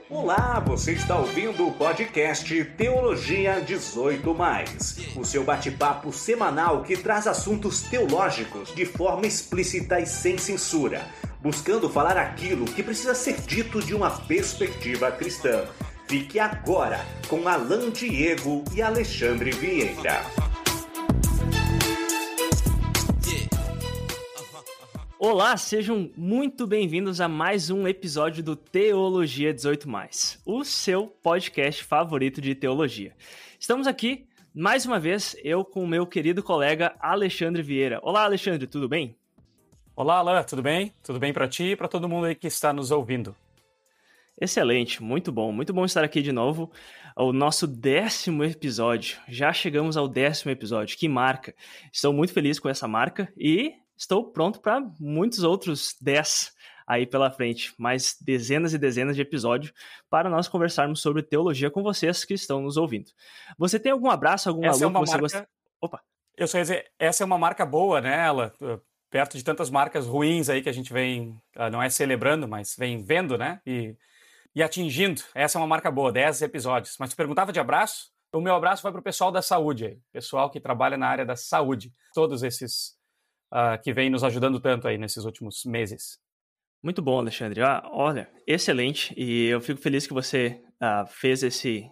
Olá, você está ouvindo o podcast Teologia 18+, o seu bate-papo semanal que traz assuntos teológicos de forma explícita e sem censura, buscando falar aquilo que precisa ser dito de uma perspectiva cristã. Fique agora com Alan Diego e Alexandre Vieira. Olá, sejam muito bem-vindos a mais um episódio do Teologia 18+, o seu podcast favorito de teologia. Estamos aqui, mais uma vez, eu com o meu querido colega Alexandre Vieira. Olá, Alexandre, tudo bem? Olá, Alan, tudo bem? Tudo bem para ti e para todo mundo aí que está nos ouvindo. Excelente, muito bom estar aqui de novo. O nosso 10º episódio, já chegamos ao 10º episódio, que marca. Estou muito feliz com essa marca e estou pronto para muitos outros 10 aí pela frente, mais dezenas e dezenas de episódios para nós conversarmos sobre teologia com vocês que estão nos ouvindo. Você tem algum abraço, algum Essa alô que você gosta? Opa! Eu só ia dizer, essa é uma marca boa, né, Alan? Perto de tantas marcas ruins aí que a gente vem, não é celebrando, mas vem vendo, né, e atingindo. Essa é uma marca boa, 10 episódios. Mas tu perguntava de abraço? O meu abraço vai para o pessoal da saúde aí, pessoal que trabalha na área da saúde, todos esses que vem nos ajudando tanto aí nesses últimos meses. Muito bom, Alexandre. Olha, excelente. E eu fico feliz que você fez esse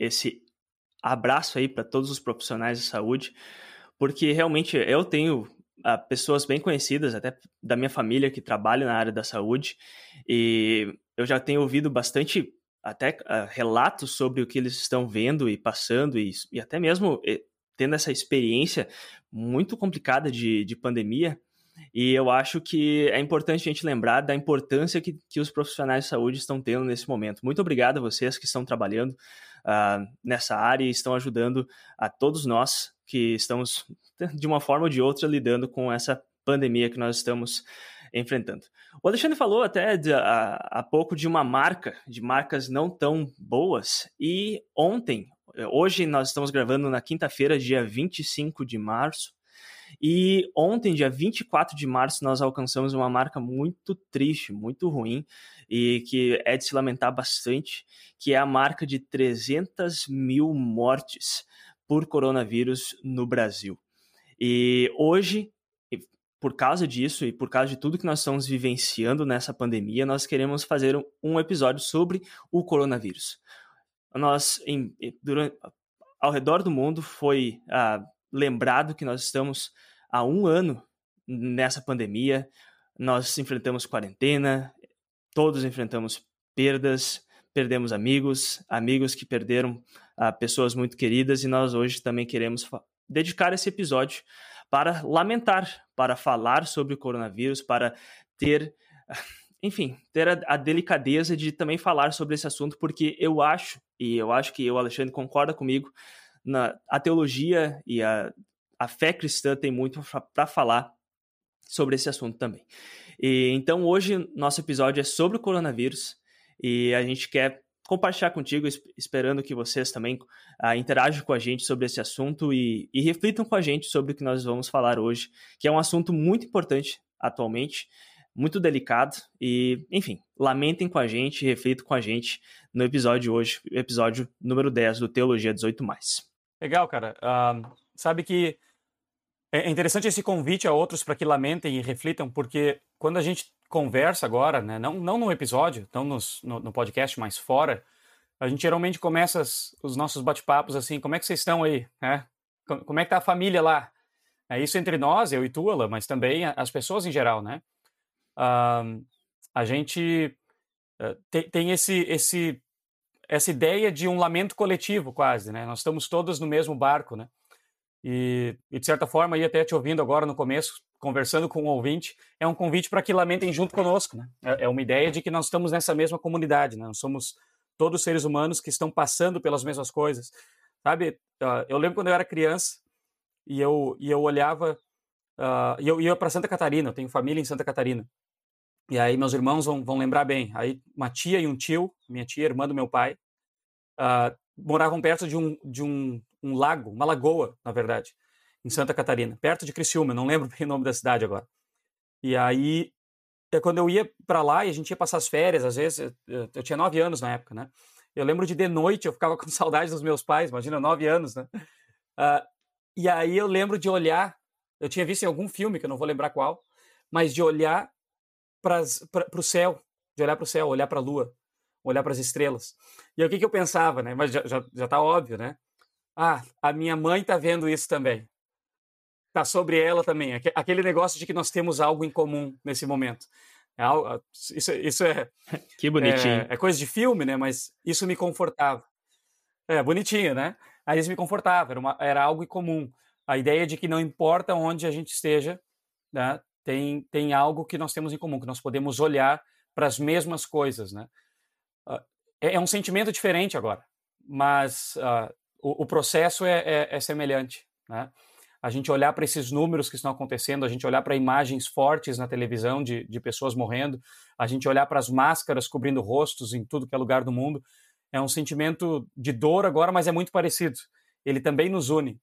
abraço aí para todos os profissionais de saúde, porque realmente eu tenho pessoas bem conhecidas, até da minha família, que trabalham na área da saúde, e eu já tenho ouvido bastante até relatos sobre o que eles estão vendo e passando, e até mesmo tendo essa experiência muito complicada de pandemia, e eu acho que é importante a gente lembrar da importância que os profissionais de saúde estão tendo nesse momento. Muito obrigado a vocês que estão trabalhando nessa área e estão ajudando a todos nós que estamos, de uma forma ou de outra, lidando com essa pandemia que nós estamos enfrentando. O Alexandre falou até há pouco de uma marca, de marcas não tão boas, e hoje nós estamos gravando na quinta-feira, dia 25 de março, e ontem, dia 24 de março, nós alcançamos uma marca muito triste, muito ruim, e que é de se lamentar bastante, que é a marca de 300 mil mortes por coronavírus no Brasil. E hoje, por causa disso e por causa de tudo que nós estamos vivenciando nessa pandemia, nós queremos fazer um episódio sobre o coronavírus. Nós, ao redor do mundo, foi lembrado que nós estamos há 1 ano nessa pandemia, nós enfrentamos quarentena, todos enfrentamos perdas, perdemos amigos que perderam pessoas muito queridas, e nós hoje também queremos dedicar esse episódio para lamentar, para falar sobre o coronavírus, para ter a delicadeza de também falar sobre esse assunto, porque eu acho que o Alexandre concorda comigo, a teologia e a fé cristã tem muito para falar sobre esse assunto também. E então hoje nosso episódio é sobre o coronavírus e a gente quer compartilhar contigo, esperando que vocês também interajam com a gente sobre esse assunto e reflitam com a gente sobre o que nós vamos falar hoje, que é um assunto muito importante atualmente, muito delicado, e, enfim, lamentem com a gente, reflitam com a gente no episódio de hoje, episódio número 10 do Teologia 18+. Legal, cara. Sabe que é interessante esse convite a outros para que lamentem e reflitam, porque quando a gente conversa agora, né, não no episódio, não no podcast, mas fora, a gente geralmente começa os nossos bate-papos assim: como é que vocês estão aí? Né? Como é que tá a família lá? É isso entre nós, eu e tu, Alan, mas também as pessoas em geral, né? A gente tem essa ideia de um lamento coletivo quase, né? Nós estamos todos no mesmo barco, né? E de certa forma, aí até te ouvindo agora no começo, conversando com um ouvinte, é um convite para que lamentem junto conosco, né? É uma ideia de que nós estamos nessa mesma comunidade, né? Nós somos todos seres humanos que estão passando pelas mesmas coisas, sabe? Eu lembro quando eu era criança e eu olhava, e eu ia para Santa Catarina, eu tenho família em Santa Catarina, e aí meus irmãos vão lembrar bem, aí uma tia e um tio, minha tia, irmã do meu pai, moravam perto de um lago, uma lagoa, na verdade, em Santa Catarina, perto de Criciúma, não lembro bem o nome da cidade agora. E aí quando eu ia para lá e a gente ia passar as férias, às vezes, eu tinha 9 anos na época, né? Eu lembro de noite, eu ficava com saudade dos meus pais, imagina, 9 anos, né? E aí eu lembro de olhar, eu tinha visto em algum filme, que eu não vou lembrar qual, mas de olhar para o céu, olhar para a lua, olhar para as estrelas. E aí o que eu pensava, né? Mas já tá óbvio, né? A minha mãe tá vendo isso também. Tá sobre ela também. Aquele negócio de que nós temos algo em comum nesse momento. Isso Que bonitinho. é coisa de filme, né? Mas isso me confortava. É, bonitinho, né? Aí isso me confortava, era algo em comum. A ideia de que não importa onde a gente esteja, né? Tem algo que nós temos em comum, que nós podemos olhar para as mesmas coisas, né? É um sentimento diferente agora, mas o processo é semelhante, né? A gente olhar para esses números que estão acontecendo, a gente olhar para imagens fortes na televisão de pessoas morrendo, a gente olhar para as máscaras cobrindo rostos em tudo que é lugar do mundo, é um sentimento de dor agora, mas é muito parecido. Ele também nos une,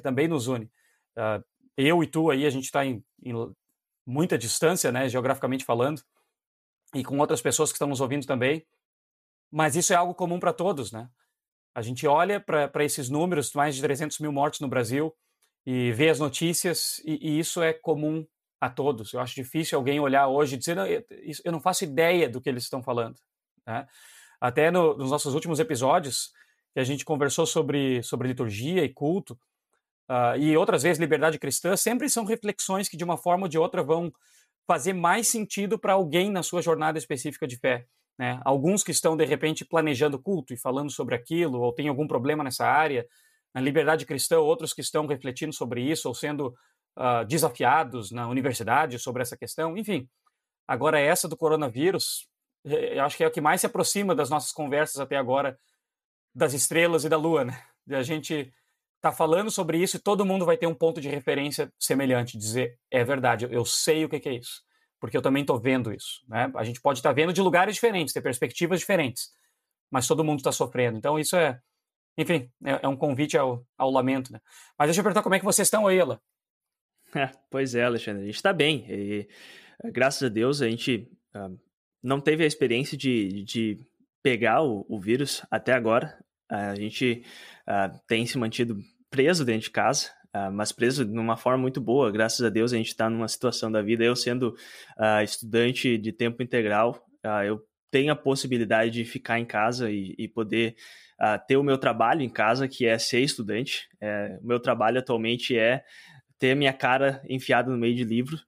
eu e tu aí, a gente está em muita distância, né, geograficamente falando, e com outras pessoas que estão nos ouvindo também, mas isso é algo comum para todos, né? A gente olha para esses números, mais de 300 mil mortes no Brasil, e vê as notícias, e isso é comum a todos. Eu acho difícil alguém olhar hoje e dizer, não, eu não faço ideia do que eles estão falando, né? Até nos nossos últimos episódios, que a gente conversou sobre liturgia e culto, e outras vezes liberdade cristã, sempre são reflexões que de uma forma ou de outra vão fazer mais sentido para alguém na sua jornada específica de fé, né? Alguns que estão de repente planejando culto e falando sobre aquilo, ou tem algum problema nessa área, na liberdade cristã, outros que estão refletindo sobre isso, ou sendo desafiados na universidade sobre essa questão, enfim. Agora essa do coronavírus, eu acho que é o que mais se aproxima das nossas conversas até agora, das estrelas e da lua, né? A gente tá falando sobre isso e todo mundo vai ter um ponto de referência semelhante, dizer, é verdade, eu sei o que é isso, porque eu também tô vendo isso, né? A gente pode estar vendo de lugares diferentes, ter perspectivas diferentes, mas todo mundo está sofrendo. Então isso enfim, é um convite ao lamento, né? Mas deixa eu perguntar como é que vocês estão aí, Ela. Pois é, Alexandre, a gente está bem. E, graças a Deus, a gente não teve a experiência de pegar o vírus até agora. A gente tem se mantido preso dentro de casa, mas preso de uma forma muito boa. Graças a Deus, a gente está numa situação da vida. Eu, sendo estudante de tempo integral, eu tenho a possibilidade de ficar em casa e poder ter o meu trabalho em casa, que é ser estudante. O meu trabalho atualmente é ter minha cara enfiada no meio de livros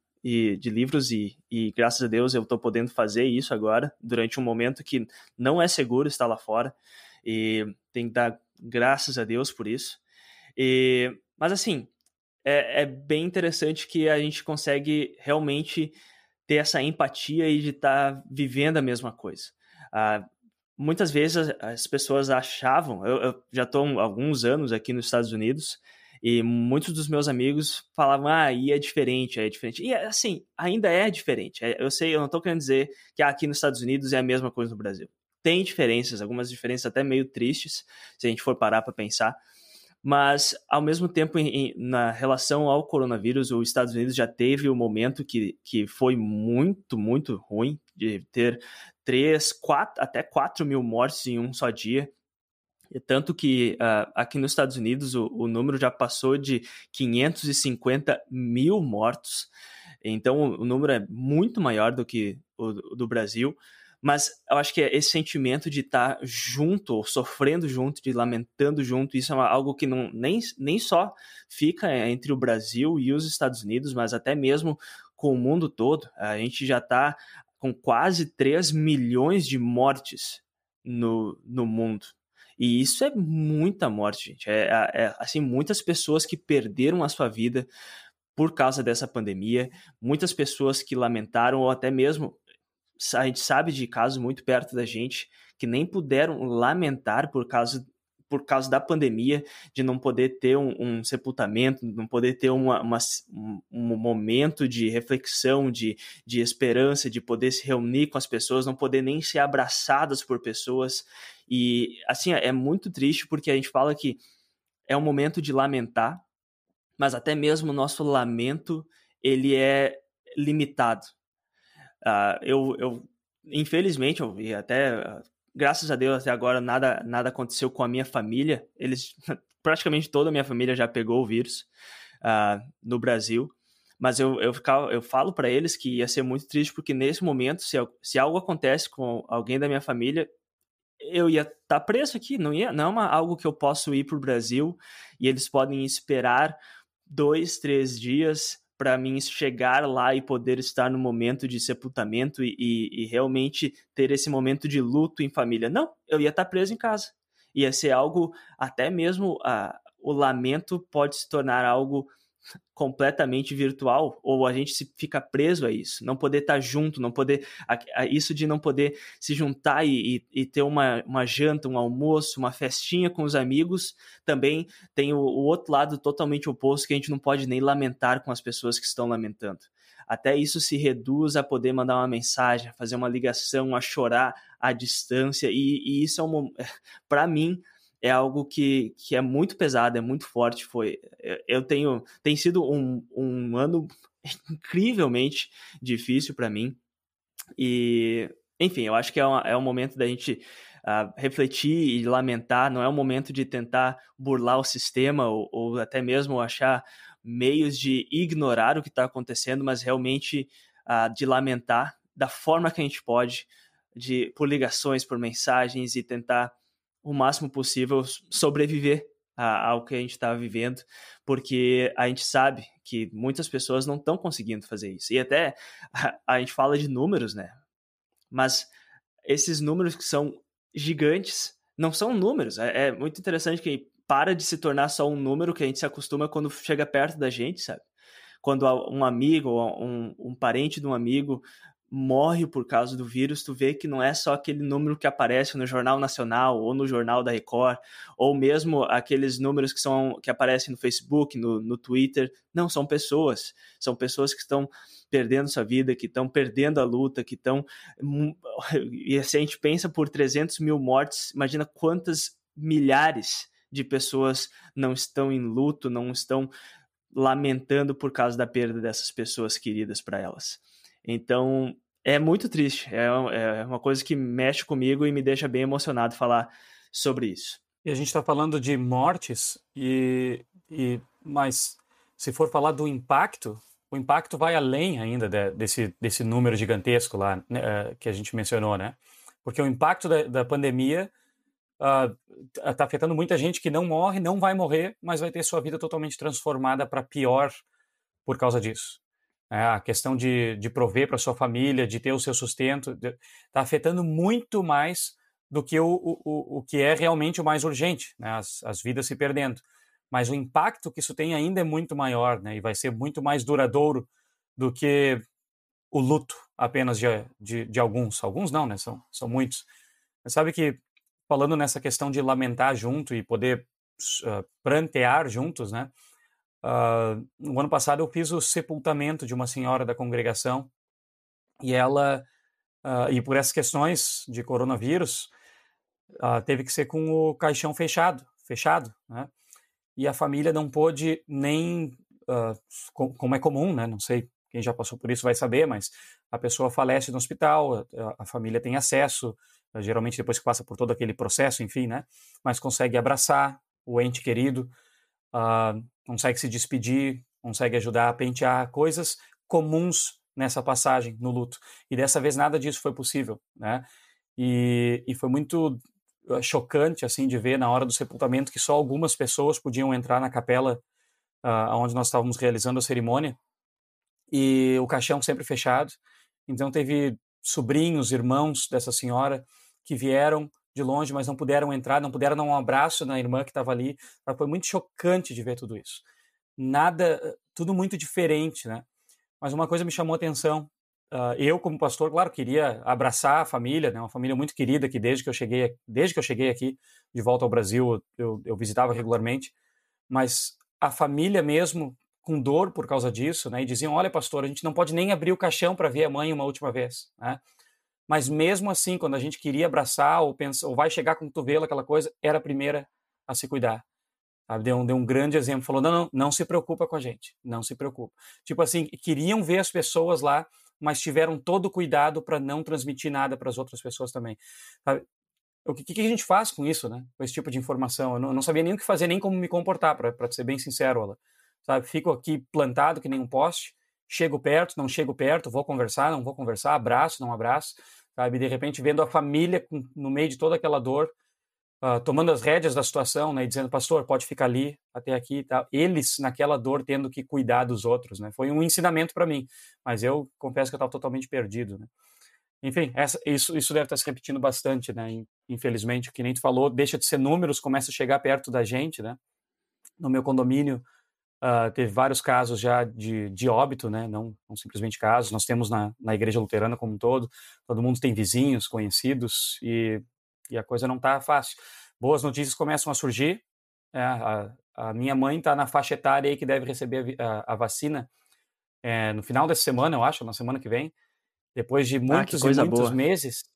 e graças a Deus eu estou podendo fazer isso agora, durante um momento que não é seguro estar lá fora, e tem que dar graças a Deus por isso. Mas assim, é bem interessante que a gente consegue realmente ter essa empatia e de estar vivendo a mesma coisa. Muitas vezes as pessoas achavam, eu já estou há alguns anos aqui nos Estados Unidos, e muitos dos meus amigos falavam, aí é diferente. E assim, ainda é diferente. Eu sei, eu não estou querendo dizer que aqui nos Estados Unidos é a mesma coisa no Brasil. Tem diferenças, algumas diferenças até meio tristes, se a gente for parar para pensar. Mas, ao mesmo tempo, na relação ao coronavírus, os Estados Unidos já teve um momento que foi muito, muito ruim, de ter 4 mil mortes em um só dia. Tanto que aqui nos Estados Unidos o número já passou de 550 mil mortos. Então o número é muito maior do que o do Brasil. Mas eu acho que esse sentimento de estar junto, ou sofrendo junto, de lamentando junto, isso é algo que nem só fica entre o Brasil e os Estados Unidos, mas até mesmo com o mundo todo. A gente já está com quase 3 milhões de mortes no mundo. E isso é muita morte, gente. Assim, muitas pessoas que perderam a sua vida por causa dessa pandemia, muitas pessoas que lamentaram, ou até mesmo, a gente sabe de casos muito perto da gente, que nem puderam lamentar por causa da pandemia, de não poder ter um sepultamento, não poder ter um momento de reflexão, de esperança, de poder se reunir com as pessoas, não poder nem ser abraçadas por pessoas. E, assim, é muito triste porque a gente fala que é um momento de lamentar, mas até mesmo o nosso lamento, ele é limitado. Infelizmente, e até graças a Deus até agora nada aconteceu com a minha família. Praticamente toda a minha família já pegou o vírus no Brasil. Mas eu falo para eles que ia ser muito triste, porque nesse momento, se algo acontece com alguém da minha família, eu ia estar preso aqui, não é algo que eu posso ir para o Brasil e eles podem esperar 2, 3 dias para mim chegar lá e poder estar no momento de sepultamento e realmente ter esse momento de luto em família. Não, eu ia estar preso em casa. Ia ser algo, até mesmo o lamento pode se tornar algo completamente virtual, ou a gente fica preso a isso, não poder estar junto, não poder, isso de não poder se juntar e ter uma janta, um almoço, uma festinha com os amigos, também tem o outro lado totalmente oposto, que a gente não pode nem lamentar com as pessoas que estão lamentando. Até isso se reduz a poder mandar uma mensagem, a fazer uma ligação, a chorar à distância, e isso para mim, é algo que é muito pesado, é muito forte. Tem sido um ano incrivelmente difícil para mim. E, enfim, eu acho que é um momento da gente refletir e lamentar. Não é um momento de tentar burlar o sistema ou até mesmo achar meios de ignorar o que está acontecendo, mas realmente de lamentar da forma que a gente pode, por ligações, por mensagens, e tentar o máximo possível sobreviver ao que a gente está vivendo, porque a gente sabe que muitas pessoas não estão conseguindo fazer isso. E até a gente fala de números, né? Mas esses números que são gigantes não são números. É muito interessante que para de se tornar só um número que a gente se acostuma quando chega perto da gente, sabe? Quando um amigo ou um parente de um amigo morre por causa do vírus, tu vê que não é só aquele número que aparece no Jornal Nacional ou no Jornal da Record, ou mesmo aqueles números que aparecem no Facebook, no Twitter. Não, são pessoas que estão perdendo sua vida, que estão perdendo a luta, que estão... E se a gente pensa por 300 mil mortes, imagina quantas milhares de pessoas não estão em luto, não estão lamentando por causa da perda dessas pessoas queridas para elas. Então, é muito triste, é uma coisa que mexe comigo e me deixa bem emocionado falar sobre isso. E a gente está falando de mortes, mas se for falar do impacto, o impacto vai além ainda desse número gigantesco lá, né, que a gente mencionou, né? Porque o impacto da pandemia está afetando muita gente que não morre, não vai morrer, mas vai ter sua vida totalmente transformada para pior por causa disso. A questão de prover para sua família, de ter o seu sustento, está afetando muito mais do que o que é realmente o mais urgente, né? As vidas se perdendo. Mas o impacto que isso tem ainda é muito maior, né? E vai ser muito mais duradouro do que o luto apenas de alguns. Alguns não, né? São muitos. Mas sabe que, falando nessa questão de lamentar junto e poder prantear juntos, né? No ano passado eu fiz o sepultamento de uma senhora da congregação e ela, e por essas questões de coronavírus, teve que ser com o caixão fechado, né? E a família não pôde nem, como é comum, né? Não sei, quem já passou por isso vai saber, mas a pessoa falece no hospital, a família tem acesso, geralmente depois que passa por todo aquele processo, enfim, né? Mas consegue abraçar o ente querido, consegue se despedir, consegue ajudar a pentear, coisas comuns nessa passagem no luto. E dessa vez nada disso foi possível, né? E foi muito chocante assim de ver na hora do sepultamento que só algumas pessoas podiam entrar na capela onde nós estávamos realizando a cerimônia, e o caixão sempre fechado. Então teve sobrinhos, irmãos dessa senhora que vieram de longe, mas não puderam entrar, não puderam dar um abraço na irmã que estava ali. Foi muito chocante de ver tudo isso. Tudo muito diferente, né? Mas uma coisa me chamou a atenção. Eu, como pastor, claro, queria abraçar a família, né? Uma família muito querida que desde que eu cheguei aqui de volta ao Brasil, eu visitava regularmente. Mas a família mesmo, com dor por causa disso, né? E diziam: olha, pastor, a gente não pode nem abrir o caixão para ver a mãe uma última vez, né? Mas mesmo assim, quando a gente queria abraçar ou vai chegar com o cotovelo, aquela coisa, era a primeira a se cuidar. Deu um grande exemplo, falou: não se preocupa com a gente, não se preocupa. Tipo assim, queriam ver as pessoas lá mas tiveram todo o cuidado para não transmitir nada para as outras pessoas também. Sabe? O que a gente faz com isso, né? Com esse tipo de informação? Eu não sabia nem o que fazer, nem como me comportar, para ser bem sincero, Alan. Sabe? Fico aqui plantado que nem um poste, chego perto, não chego perto, vou conversar, não vou conversar, abraço, não abraço, sabe? De repente vendo a família no meio de toda aquela dor, tomando as rédeas da situação, né? E dizendo, pastor, pode ficar ali, até aqui e tal. Eles, naquela dor, tendo que cuidar dos outros, né? Foi um ensinamento para mim, mas eu confesso que eu estava totalmente perdido, né? Enfim, isso deve estar se repetindo bastante, né? Infelizmente, o que nem tu falou, deixa de ser números, começa a chegar perto da gente, né? No meu condomínio, teve vários casos já de óbito, né? Não simplesmente casos. Nós temos na Igreja Luterana como um todo mundo tem vizinhos, conhecidos, e a coisa não está fácil. Boas notícias começam a surgir. A minha mãe está na faixa etária aí que deve receber a vacina no final dessa semana, eu acho, na semana que vem. Depois de muitos e muitos meses,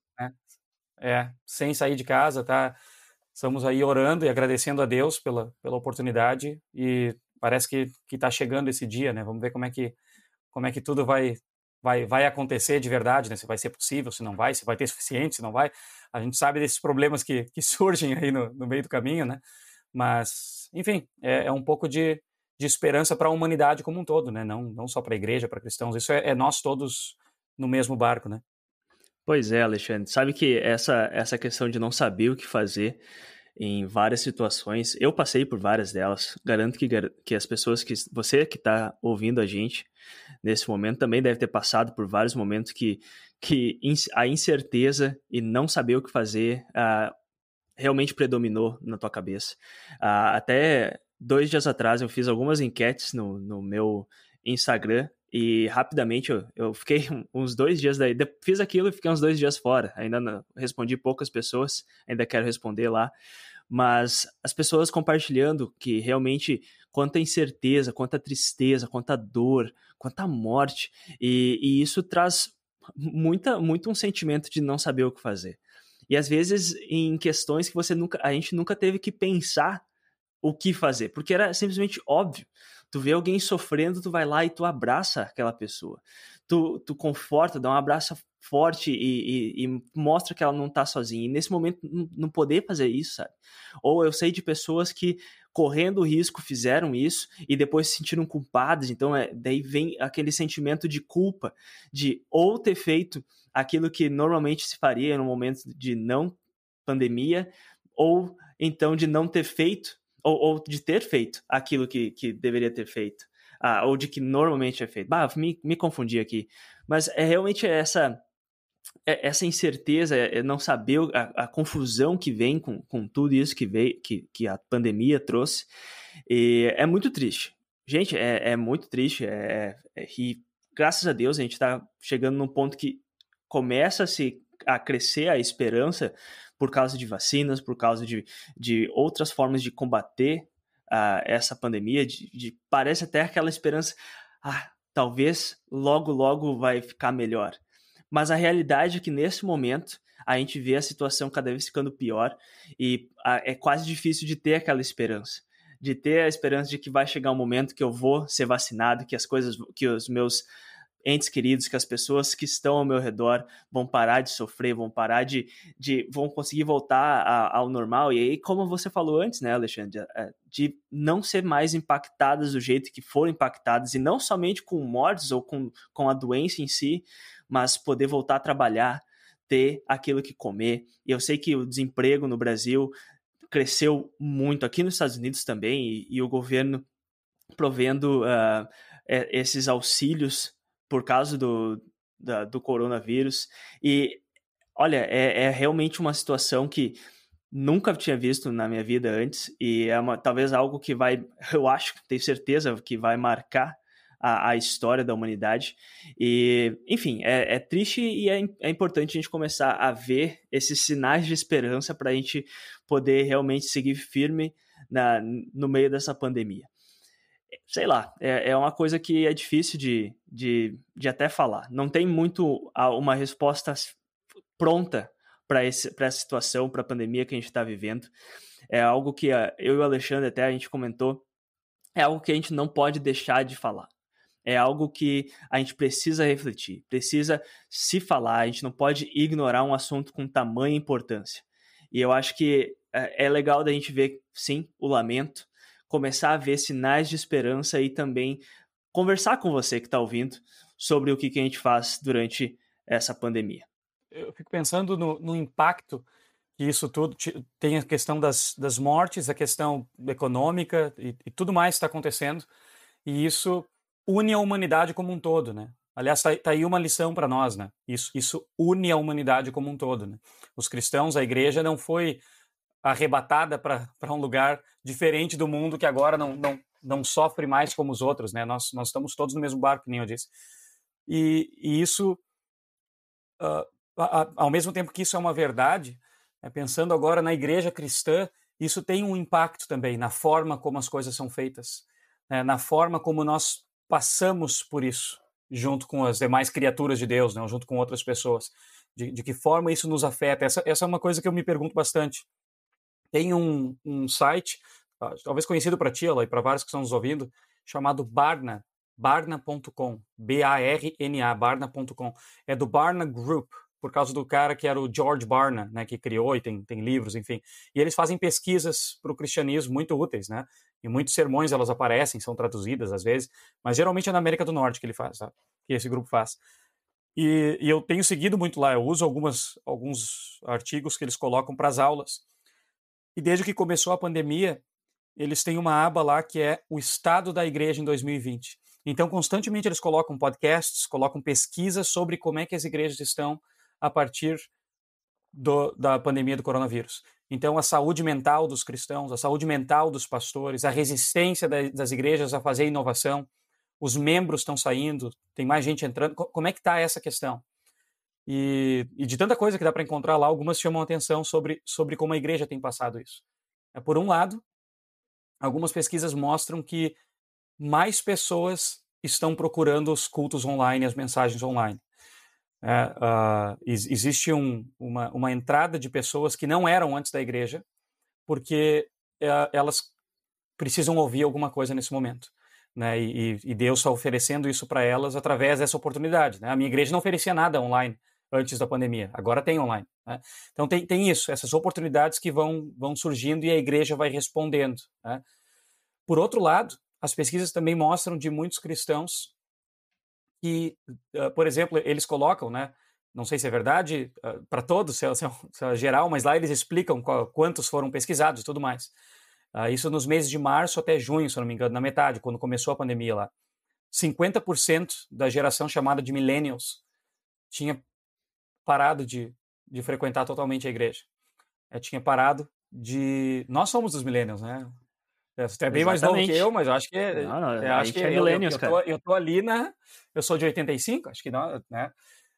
né, sem sair de casa, tá? Estamos aí orando e agradecendo a Deus pela oportunidade, e parece que está chegando esse dia, né? Vamos ver como é que tudo vai acontecer de verdade, né? Se vai ser possível, se não vai, se vai ter suficiente, se não vai. A gente sabe desses problemas que surgem aí no meio do caminho, né? Mas, enfim, é um pouco de esperança para a humanidade como um todo, né? Não só para a igreja, para cristãos. Isso é nós todos no mesmo barco, né? Pois é, Alexandre. Sabe que essa questão de não saber o que fazer em várias situações, eu passei por várias delas. Garanto que as pessoas você que está ouvindo a gente nesse momento também deve ter passado por vários momentos que a incerteza e não saber o que fazer realmente predominou na tua cabeça. Até 2 dias atrás eu fiz algumas enquetes no meu Instagram, e rapidamente eu fiquei uns 2 dias daí. Fiz aquilo e fiquei uns 2 dias fora. Ainda não respondi poucas pessoas, ainda quero responder lá. Mas as pessoas compartilhando que realmente quanta incerteza, quanta tristeza, quanta dor, quanta morte. E isso traz muito um sentimento de não saber o que fazer. E às vezes em questões que a gente nunca teve que pensar o que fazer, porque era simplesmente óbvio. Tu vê alguém sofrendo, tu vai lá e tu abraça aquela pessoa. Tu conforta, dá um abraço forte e mostra que ela não tá sozinha. E nesse momento, não poder fazer isso, sabe? Ou eu sei de pessoas que, correndo o risco, fizeram isso e depois se sentiram culpadas. Então, daí vem aquele sentimento de culpa de ou ter feito aquilo que normalmente se faria no momento de não pandemia, ou então de não ter feito, ou de ter feito aquilo que deveria ter feito, ou de que normalmente é feito. Me confundi aqui. Mas é realmente essa incerteza, não saber a confusão que vem com tudo isso que a pandemia trouxe. E é muito triste. Gente, é muito triste. E graças a Deus a gente está chegando num ponto que começa a crescer a esperança por causa de vacinas, por causa de outras formas de combater essa pandemia. Parece até aquela esperança, talvez logo vai ficar melhor. Mas a realidade é que nesse momento a gente vê a situação cada vez ficando pior e é quase difícil de ter aquela esperança. De ter a esperança de que vai chegar um momento que eu vou ser vacinado, que os meus entes queridos, que as pessoas que estão ao meu redor vão parar de sofrer, vão parar vão conseguir voltar ao normal. E aí, como você falou antes, né, Alexandre, de não ser mais impactadas do jeito que foram impactadas, e não somente com mortes ou com a doença em si, mas poder voltar a trabalhar, ter aquilo que comer. E eu sei que o desemprego no Brasil cresceu muito, aqui nos Estados Unidos também, e o governo provendo esses auxílios por causa do coronavírus. E, olha, é realmente uma situação que nunca tinha visto na minha vida antes, e talvez algo que tenho certeza que vai marcar a história da humanidade. E, enfim, é triste, e é importante a gente começar a ver esses sinais de esperança para a gente poder realmente seguir firme no meio dessa pandemia. Sei lá, é uma coisa que é difícil de até falar. Não tem muito uma resposta pronta para essa situação, para a pandemia que a gente está vivendo. É algo que eu e o Alexandre até a gente comentou, é algo que a gente não pode deixar de falar. É algo que a gente precisa refletir, precisa se falar, a gente não pode ignorar um assunto com tamanha importância. E eu acho que é legal da gente ver, sim, o lamento, começar a ver sinais de esperança e também conversar com você que está ouvindo sobre o que a gente faz durante essa pandemia. Eu fico pensando no impacto que isso tudo tem, a questão das mortes, a questão econômica e tudo mais está acontecendo, e isso une a humanidade como um todo, né? Aliás, tá aí uma lição para nós, né? Isso une a humanidade como um todo, né? Os cristãos, a igreja não foi arrebatada para um lugar diferente do mundo que agora não sofre mais como os outros, né? Nós estamos todos no mesmo barco, nem eu disse. E isso, ao mesmo tempo que isso é uma verdade, pensando agora na igreja cristã, isso tem um impacto também na forma como as coisas são feitas, né? Na forma como nós passamos por isso, junto com as demais criaturas de Deus, né? Junto com outras pessoas. De que forma isso nos afeta? Essa é uma coisa que eu me pergunto bastante. Tem um site, talvez conhecido para ti, e para vários que estão nos ouvindo, chamado Barna, barna.com, B-A-R-N-A, barna.com. É do Barna Group, por causa do cara que era o George Barna, né, que criou e tem livros, enfim. E eles fazem pesquisas para o cristianismo muito úteis, né? E muitos sermões elas aparecem, são traduzidas às vezes, mas geralmente é na América do Norte que ele faz, tá? Que esse grupo faz. E eu tenho seguido muito lá, eu uso alguns artigos que eles colocam para as aulas. E desde que começou a pandemia, eles têm uma aba lá que é o estado da igreja em 2020. Então, constantemente eles colocam podcasts, colocam pesquisas sobre como é que as igrejas estão a partir da pandemia do coronavírus. Então, a saúde mental dos cristãos, a saúde mental dos pastores, a resistência das igrejas a fazer inovação, os membros estão saindo, tem mais gente entrando. Como é que está essa questão? E de tanta coisa que dá para encontrar lá, algumas chamam a atenção sobre como a igreja tem passado isso. Por um lado, algumas pesquisas mostram que mais pessoas estão procurando os cultos online, as mensagens online. Existe uma entrada de pessoas que não eram antes da igreja, porque elas precisam ouvir alguma coisa nesse momento. Né? E Deus está oferecendo isso para elas através dessa oportunidade. Né? A minha igreja não oferecia nada online antes da pandemia, agora tem online. Né? Então tem isso, essas oportunidades que vão surgindo e a igreja vai respondendo. Né? Por outro lado, as pesquisas também mostram de muitos cristãos que, por exemplo, eles colocam, né, não sei se é verdade para todos, se é geral, mas lá eles explicam quantos foram pesquisados e tudo mais. Isso nos meses de março até junho, se eu não me engano, na metade, quando começou a pandemia lá. 50% da geração chamada de millennials tinha parado de frequentar totalmente a igreja. Tinha parado de... Nós somos os millennials, né? Você é bem mais novo que eu, mas eu acho que... acho que é millennials, cara. Eu tô ali eu sou de 85, acho que não, né?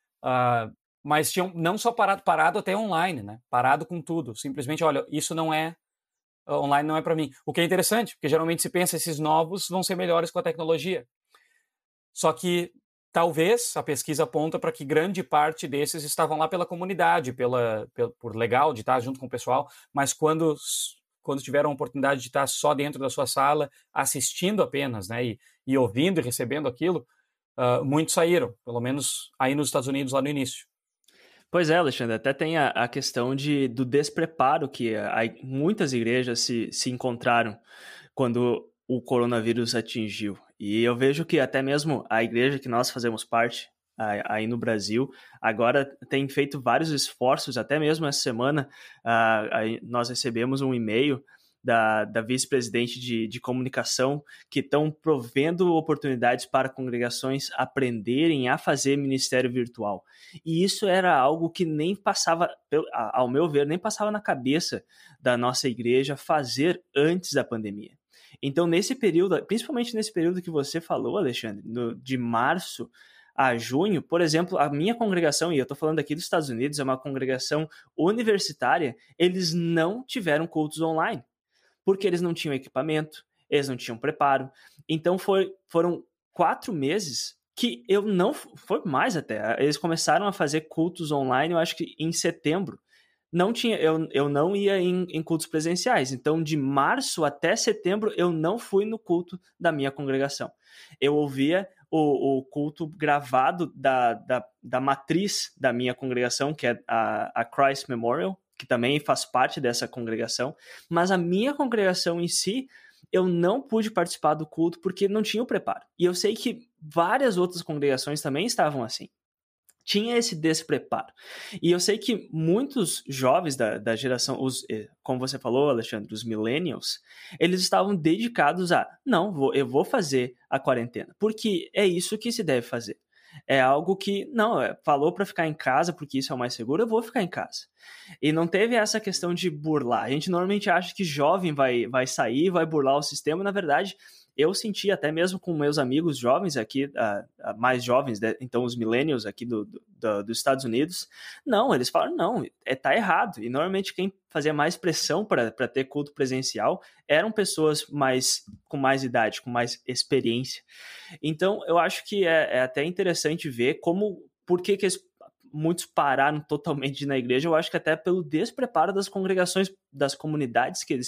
Mas tinham não só parado até online, né? Parado com tudo. Simplesmente, olha, isso não é... Online não é para mim. O que é interessante, porque geralmente se pensa esses novos vão ser melhores com a tecnologia. Só que talvez a pesquisa aponta para que grande parte desses estavam lá pela comunidade, por legal de estar junto com o pessoal, mas quando tiveram a oportunidade de estar só dentro da sua sala, assistindo apenas, né, e ouvindo e recebendo aquilo, muitos saíram, pelo menos aí nos Estados Unidos lá no início. Pois é, Alexandre, até tem a questão do despreparo que muitas igrejas se encontraram quando o coronavírus atingiu. E eu vejo que até mesmo a igreja que nós fazemos parte, aí no Brasil, agora tem feito vários esforços, até mesmo essa semana nós recebemos um e-mail da vice-presidente de comunicação, que estão provendo oportunidades para congregações aprenderem a fazer ministério virtual. E isso era algo que nem passava, ao meu ver, nem passava na cabeça da nossa igreja fazer antes da pandemia. Então, nesse período, principalmente nesse período que você falou, Alexandre, de março a junho, por exemplo, a minha congregação, e eu estou falando aqui dos Estados Unidos, é uma congregação universitária, eles não tiveram cultos online, porque eles não tinham equipamento, eles não tinham preparo. Então foram 4 meses que foi mais até, eles começaram a fazer cultos online, eu acho que em setembro. Eu não ia em cultos presenciais, então de março até setembro eu não fui no culto da minha congregação. Eu ouvia o culto gravado da matriz da minha congregação, que é a Christ Memorial, que também faz parte dessa congregação, mas a minha congregação em si, eu não pude participar do culto porque não tinha o preparo. E eu sei que várias outras congregações também estavam assim. Tinha esse despreparo. E eu sei que muitos jovens da geração, como você falou, Alexandre, os millennials, eles estavam dedicados a, não, eu vou fazer a quarentena, porque é isso que se deve fazer. É algo que, não, falou para ficar em casa porque isso é o mais seguro, eu vou ficar em casa. E não teve essa questão de burlar. A gente normalmente acha que jovem vai sair, vai burlar o sistema, na verdade, eu senti até mesmo com meus amigos jovens aqui, mais jovens, então os millennials aqui dos Estados Unidos, não, eles falaram, não, tá errado. E normalmente quem fazia mais pressão para ter culto presencial eram pessoas com mais idade, com mais experiência. Então, eu acho que é até interessante ver por que muitos pararam totalmente na igreja. Eu acho que até pelo despreparo das congregações, das comunidades que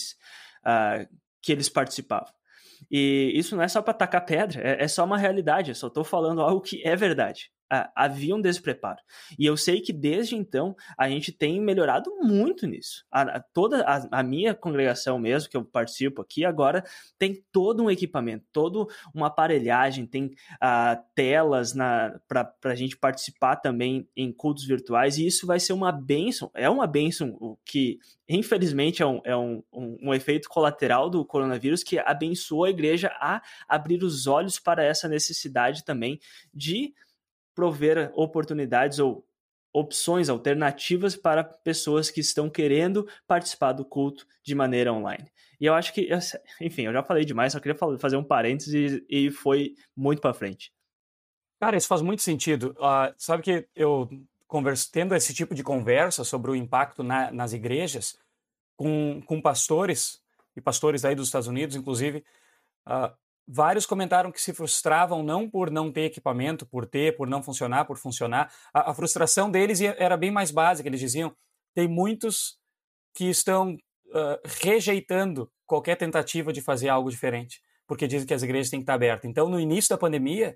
eles participavam. E isso não é só para tacar pedra, é só uma realidade, eu só estou falando algo que é verdade. Havia um despreparo. E eu sei que desde então a gente tem melhorado muito nisso. Toda a minha congregação mesmo, que eu participo aqui agora, tem todo um equipamento, toda uma aparelhagem, tem telas para a gente participar também em cultos virtuais, e isso vai ser uma bênção. É uma bênção que, infelizmente, é um efeito colateral do coronavírus que abençoa a igreja a abrir os olhos para essa necessidade também de prover oportunidades ou opções alternativas para pessoas que estão querendo participar do culto de maneira online. E eu acho que, enfim, eu já falei demais, só queria fazer um parênteses e foi muito para frente. Cara, isso faz muito sentido. Sabe que eu tendo esse tipo de conversa sobre o impacto nas igrejas com pastores, e pastores aí dos Estados Unidos, inclusive, vários comentaram que se frustravam não por não ter equipamento, por não funcionar, por funcionar. A frustração deles era bem mais básica. Eles diziam, tem muitos que estão rejeitando qualquer tentativa de fazer algo diferente, porque dizem que as igrejas têm que estar abertas. Então, no início da pandemia,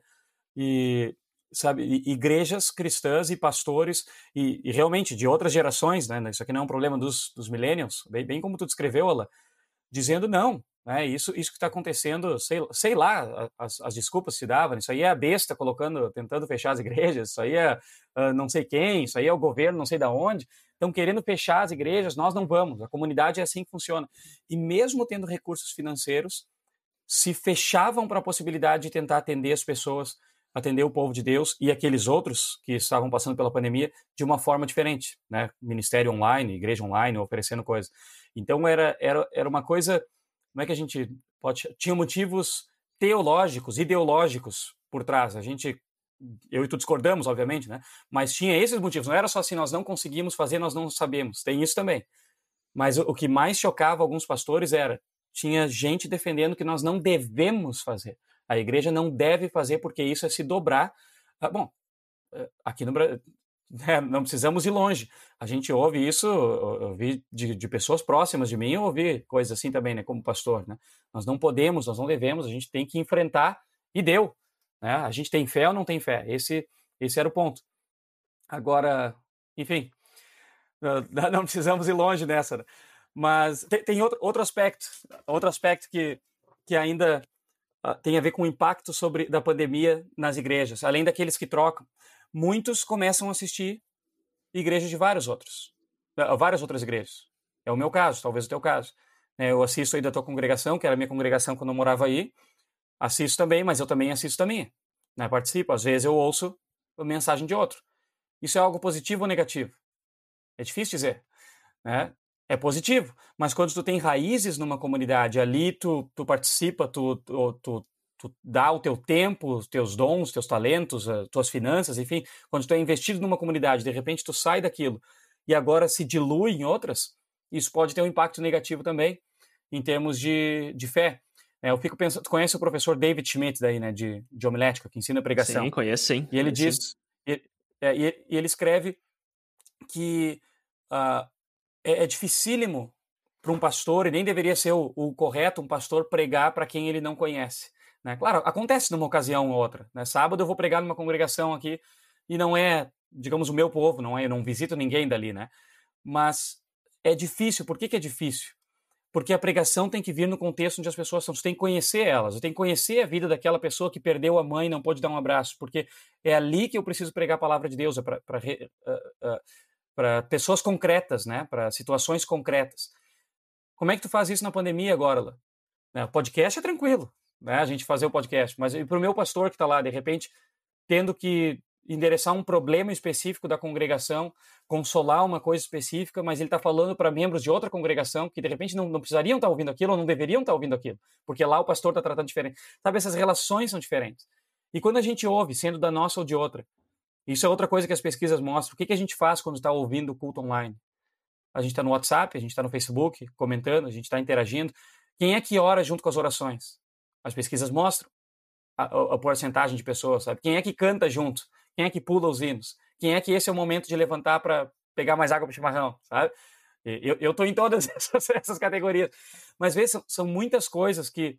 igrejas cristãs e pastores, e realmente de outras gerações, né? Isso aqui não é um problema dos millennials, bem como tu descreveu, Ala, dizendo não. Isso que está acontecendo, sei lá, as desculpas se davam, isso aí é a besta tentando fechar as igrejas, isso aí é não sei quem, isso aí é o governo não sei de onde, estão querendo fechar as igrejas, nós não vamos, a comunidade é assim que funciona. E mesmo tendo recursos financeiros, se fechavam para a possibilidade de tentar atender as pessoas, atender o povo de Deus e aqueles outros que estavam passando pela pandemia de uma forma diferente, né? Ministério online, igreja online, oferecendo coisas. Então era uma coisa, como é que a gente tinha motivos teológicos, ideológicos por trás. Eu e tu discordamos, obviamente, né? Mas tinha esses motivos. Não era só assim, nós não conseguimos fazer, nós não sabemos. Tem isso também. Mas o que mais chocava alguns pastores tinha gente defendendo que nós não devemos fazer. A igreja não deve fazer porque isso é se dobrar. Aqui no Brasil, não precisamos ir longe. A gente ouve isso, eu ouvi de pessoas próximas de mim, eu ouvi coisas assim também, né, como pastor. Né? Nós não podemos, nós não devemos, a gente tem que enfrentar e deu. Né? A gente tem fé ou não tem fé? Esse era o ponto. Agora, enfim, não precisamos ir longe nessa. Né? Mas tem outro aspecto que ainda tem a ver com o impacto da pandemia nas igrejas, além daqueles que trocam. Muitos começam a assistir igrejas de várias outras igrejas. É o meu caso, talvez o teu caso. Eu assisto aí da tua congregação, que era a minha congregação quando eu morava aí, assisto também, mas eu também assisto da minha. Né? Participo, às vezes eu ouço a mensagem de outro. Isso é algo positivo ou negativo? É difícil dizer. Né? É positivo, mas quando tu tem raízes numa comunidade, ali tu participa, tu dá o teu tempo, os teus dons, teus talentos, as tuas finanças, enfim, quando tu é investido numa comunidade, de repente tu sai daquilo e agora se dilui em outras, isso pode ter um impacto negativo também em termos de fé. Eu fico pensando, tu conhece o professor David Schmidt daí, né, de homilética, que ensina pregação? Sim, conheço, sim. E ele diz, e ele escreve que é dificílimo para um pastor, e nem deveria ser o correto um pastor pregar para quem ele não conhece. né? Claro, acontece numa ocasião ou outra, né? Sábado eu vou pregar numa congregação aqui e não é, digamos, o meu povo, eu não visito ninguém dali, né? Mas é difícil. Por que é difícil? Porque a pregação tem que vir no contexto onde as pessoas estão. Você tem que conhecer elas, você tem que conhecer a vida daquela pessoa que perdeu a mãe e não pôde dar um abraço, porque é ali que eu preciso pregar a palavra de Deus, para pessoas concretas, né? Para situações concretas. Como é que tu faz isso na pandemia agora, Lá? O podcast é tranquilo, né? A gente fazer o podcast, mas para o meu pastor que está lá, de repente, tendo que endereçar um problema específico da congregação, consolar uma coisa específica, mas ele está falando para membros de outra congregação que de repente não precisariam estar ouvindo aquilo ou não deveriam estar ouvindo aquilo, porque lá o pastor está tratando diferente. Sabe, essas relações são diferentes. E quando a gente ouve, sendo da nossa ou de outra, isso é outra coisa que as pesquisas mostram. O que a gente faz quando está ouvindo o culto online? A gente está no WhatsApp, a gente está no Facebook, comentando, a gente está interagindo. Quem é que ora junto com as orações? As pesquisas mostram a porcentagem de pessoas, sabe? Quem é que canta junto? Quem é que pula os hinos? Quem é que esse é o momento de levantar para pegar mais água para o chimarrão, sabe? Eu estou em todas essas categorias. Mas, vê, são muitas coisas que...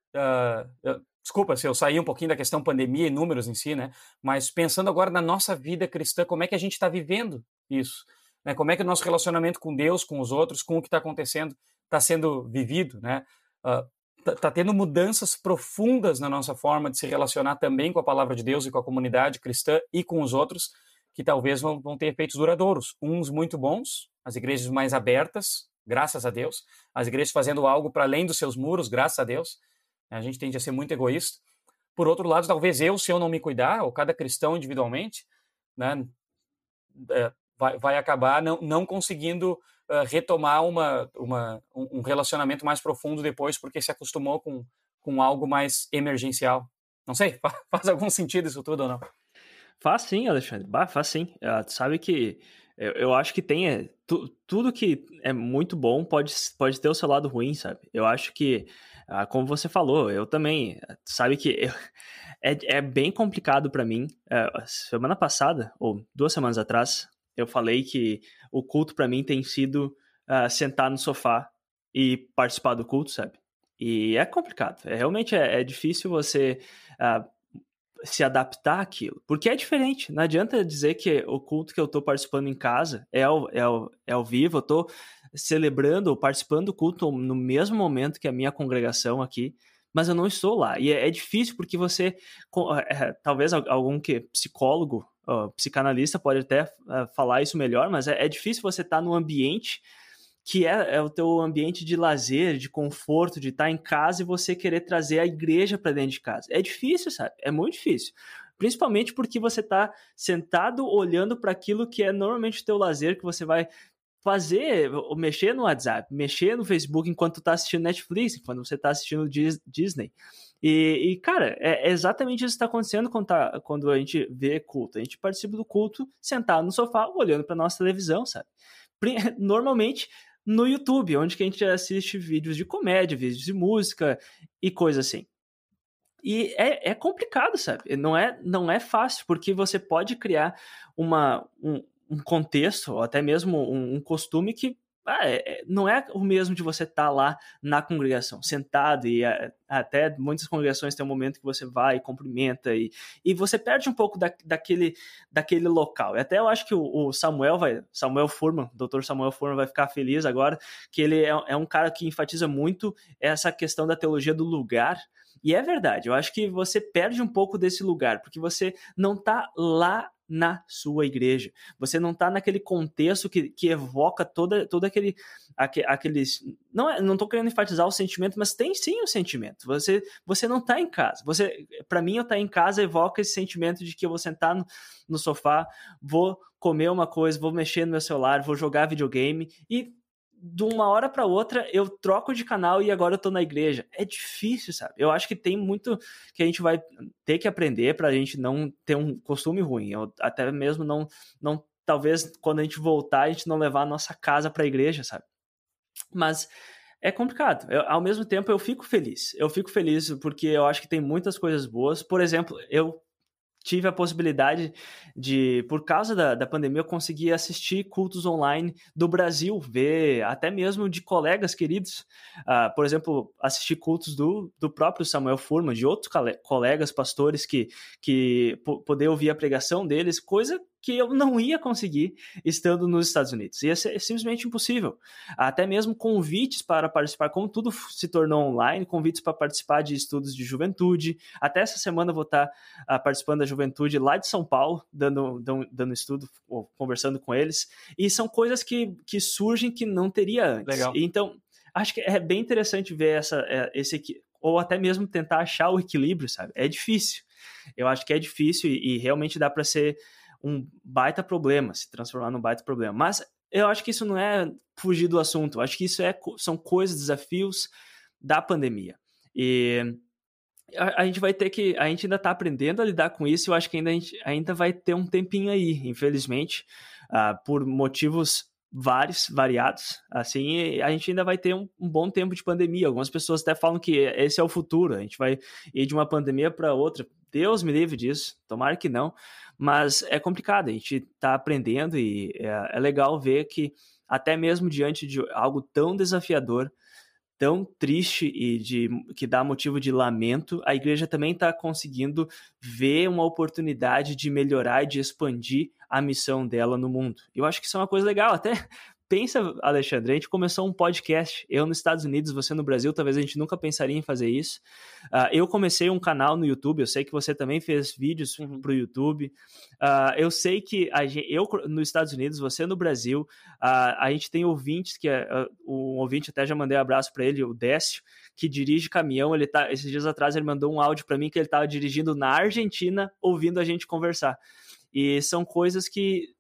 desculpa se eu saí um pouquinho da questão pandemia e números em si, né? Mas pensando agora na nossa vida cristã, como é que a gente está vivendo isso? Né? Como é que o nosso relacionamento com Deus, com os outros, com o que está acontecendo, está sendo vivido, né? Está tendo mudanças profundas na nossa forma de se relacionar também com a palavra de Deus e com a comunidade cristã e com os outros, que talvez vão ter efeitos duradouros. Uns muito bons, as igrejas mais abertas, graças a Deus, as igrejas fazendo algo para além dos seus muros, graças a Deus. A gente tende a ser muito egoísta. Por outro lado, talvez se eu não me cuidar, ou cada cristão individualmente, né, vai acabar não conseguindo retomar um relacionamento mais profundo depois, porque se acostumou com algo mais emergencial. Não sei, faz algum sentido isso tudo ou não? Faz sim, Alexandre. Faz sim. Tu sabe que eu acho que tem... tudo que é muito bom pode ter o seu lado ruim, sabe? Eu acho que, como você falou, eu também... Sabe que é bem complicado para mim. Semana passada, ou 2 semanas atrás, eu falei que o culto para mim tem sido sentar no sofá e participar do culto, sabe? E é complicado. Realmente é difícil você se adaptar àquilo. Porque é diferente. Não adianta dizer que o culto que eu tô participando em casa é ao vivo, eu tô celebrando ou participando do culto no mesmo momento que a minha congregação aqui, mas eu não estou lá. E é difícil porque você... talvez algum psicólogo, psicanalista pode até falar isso melhor, mas é difícil você estar num ambiente que é o teu ambiente de lazer, de conforto, de estar em casa e você querer trazer a igreja para dentro de casa. É difícil, sabe? É muito difícil. Principalmente porque você está sentado olhando para aquilo que é normalmente o teu lazer, que você vai fazer, mexer no WhatsApp, mexer no Facebook enquanto tu tá assistindo Netflix, enquanto você tá assistindo Disney. E cara, é exatamente isso que está acontecendo quando a gente vê culto. A gente participa do culto sentado no sofá, olhando para nossa televisão, sabe? Normalmente no YouTube, onde que a gente assiste vídeos de comédia, vídeos de música e coisa assim. E é complicado, sabe? Não é fácil, porque você pode criar um contexto, ou até mesmo um costume que não é o mesmo de você estar lá na congregação, sentado, e até muitas congregações tem um momento que você vai e cumprimenta, e você perde um pouco daquele local. E até eu acho que o Samuel Furman, o Dr. Samuel Furman vai ficar feliz agora, que ele é um cara que enfatiza muito essa questão da teologia do lugar. E é verdade, eu acho que você perde um pouco desse lugar, porque você não está lá na sua igreja. Você não está naquele contexto que evoca todo aqueles... Não estou querendo enfatizar o sentimento, mas tem sim o sentimento. Você não está em casa. Para mim, eu estar em casa evoca esse sentimento de que eu vou sentar no sofá, vou comer uma coisa, vou mexer no meu celular, vou jogar videogame e de uma hora para outra eu troco de canal e agora eu tô na igreja. É difícil, sabe? Eu acho que tem muito que a gente vai ter que aprender pra gente não ter um costume ruim. Eu até mesmo não talvez quando a gente voltar a gente não levar a nossa casa pra igreja, sabe? Mas é complicado. Ao mesmo tempo eu fico feliz. Eu fico feliz porque eu acho que tem muitas coisas boas. Por exemplo, eu tive a possibilidade de, por causa da pandemia, eu consegui assistir cultos online do Brasil, ver até mesmo de colegas queridos. Por exemplo, assistir cultos do próprio Samuel Furman, de outros colegas pastores que poder ouvir a pregação deles, coisa que eu não ia conseguir estando nos Estados Unidos. Ia ser simplesmente impossível. Até mesmo convites para participar, como tudo se tornou online, convites para participar de estudos de juventude. Até essa semana eu vou estar participando da juventude lá de São Paulo, dando estudo, conversando com eles. E são coisas que surgem que não teria antes. Legal. Então, acho que é bem interessante ver esse ou até mesmo tentar achar o equilíbrio, sabe? É difícil. Eu acho que é difícil e realmente dá para ser um baita problema, se transformar num baita problema. Mas eu acho que isso não é fugir do assunto. Eu acho que isso são coisas, desafios da pandemia. E a gente vai ter que... A gente ainda está aprendendo a lidar com isso. Eu acho que a gente ainda vai ter um tempinho aí, infelizmente, por motivos variados. Assim, a gente ainda vai ter um bom tempo de pandemia. Algumas pessoas até falam que esse é o futuro. A gente vai ir de uma pandemia para outra. Deus me livre disso. Tomara que não. Mas é complicado, a gente está aprendendo e é legal ver que até mesmo diante de algo tão desafiador, tão triste e que dá motivo de lamento, a igreja também está conseguindo ver uma oportunidade de melhorar e de expandir a missão dela no mundo. Eu acho que isso é uma coisa legal, até... Pensa, Alexandre, a gente começou um podcast, eu nos Estados Unidos, você no Brasil, talvez a gente nunca pensaria em fazer isso. Eu comecei um canal no YouTube, eu sei que você também fez vídeos para o YouTube. Eu sei que eu nos Estados Unidos, você no Brasil, a gente tem ouvintes, um ouvinte, até já mandei um abraço para ele, o Décio, que dirige caminhão. Esses dias atrás ele mandou um áudio para mim que ele estava dirigindo na Argentina, ouvindo a gente conversar. E são coisas que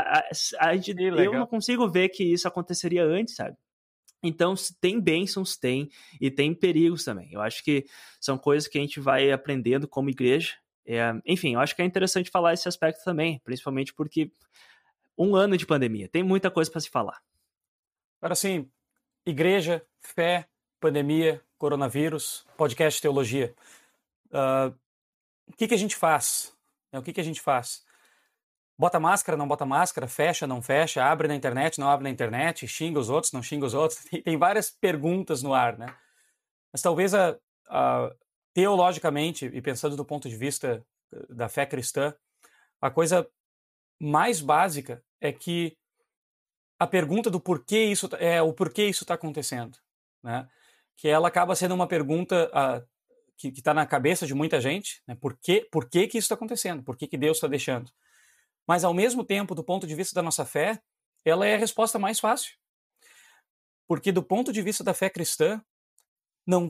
eu não consigo ver que isso aconteceria antes, sabe? Então, tem bênçãos, e tem perigos também. Eu acho que são coisas que a gente vai aprendendo como igreja. Enfim, eu acho que é interessante falar esse aspecto também, principalmente porque 1 ano de pandemia, tem muita coisa para se falar. Agora sim, igreja, fé, pandemia, coronavírus, podcast Teologia. O que a gente faz? O que a gente faz? Bota máscara, não bota máscara, fecha, não fecha, abre na internet, não abre na internet, xinga os outros, não xinga os outros. Tem várias perguntas no ar, né? Mas talvez teologicamente, e pensando do ponto de vista da fé cristã, a coisa mais básica é que a pergunta do porquê isso está acontecendo, né? Que ela acaba sendo uma pergunta que está na cabeça de muita gente, né? Por que isso está acontecendo? Por que Deus está deixando? Mas, ao mesmo tempo, do ponto de vista da nossa fé, ela é a resposta mais fácil. Porque, do ponto de vista da fé cristã, não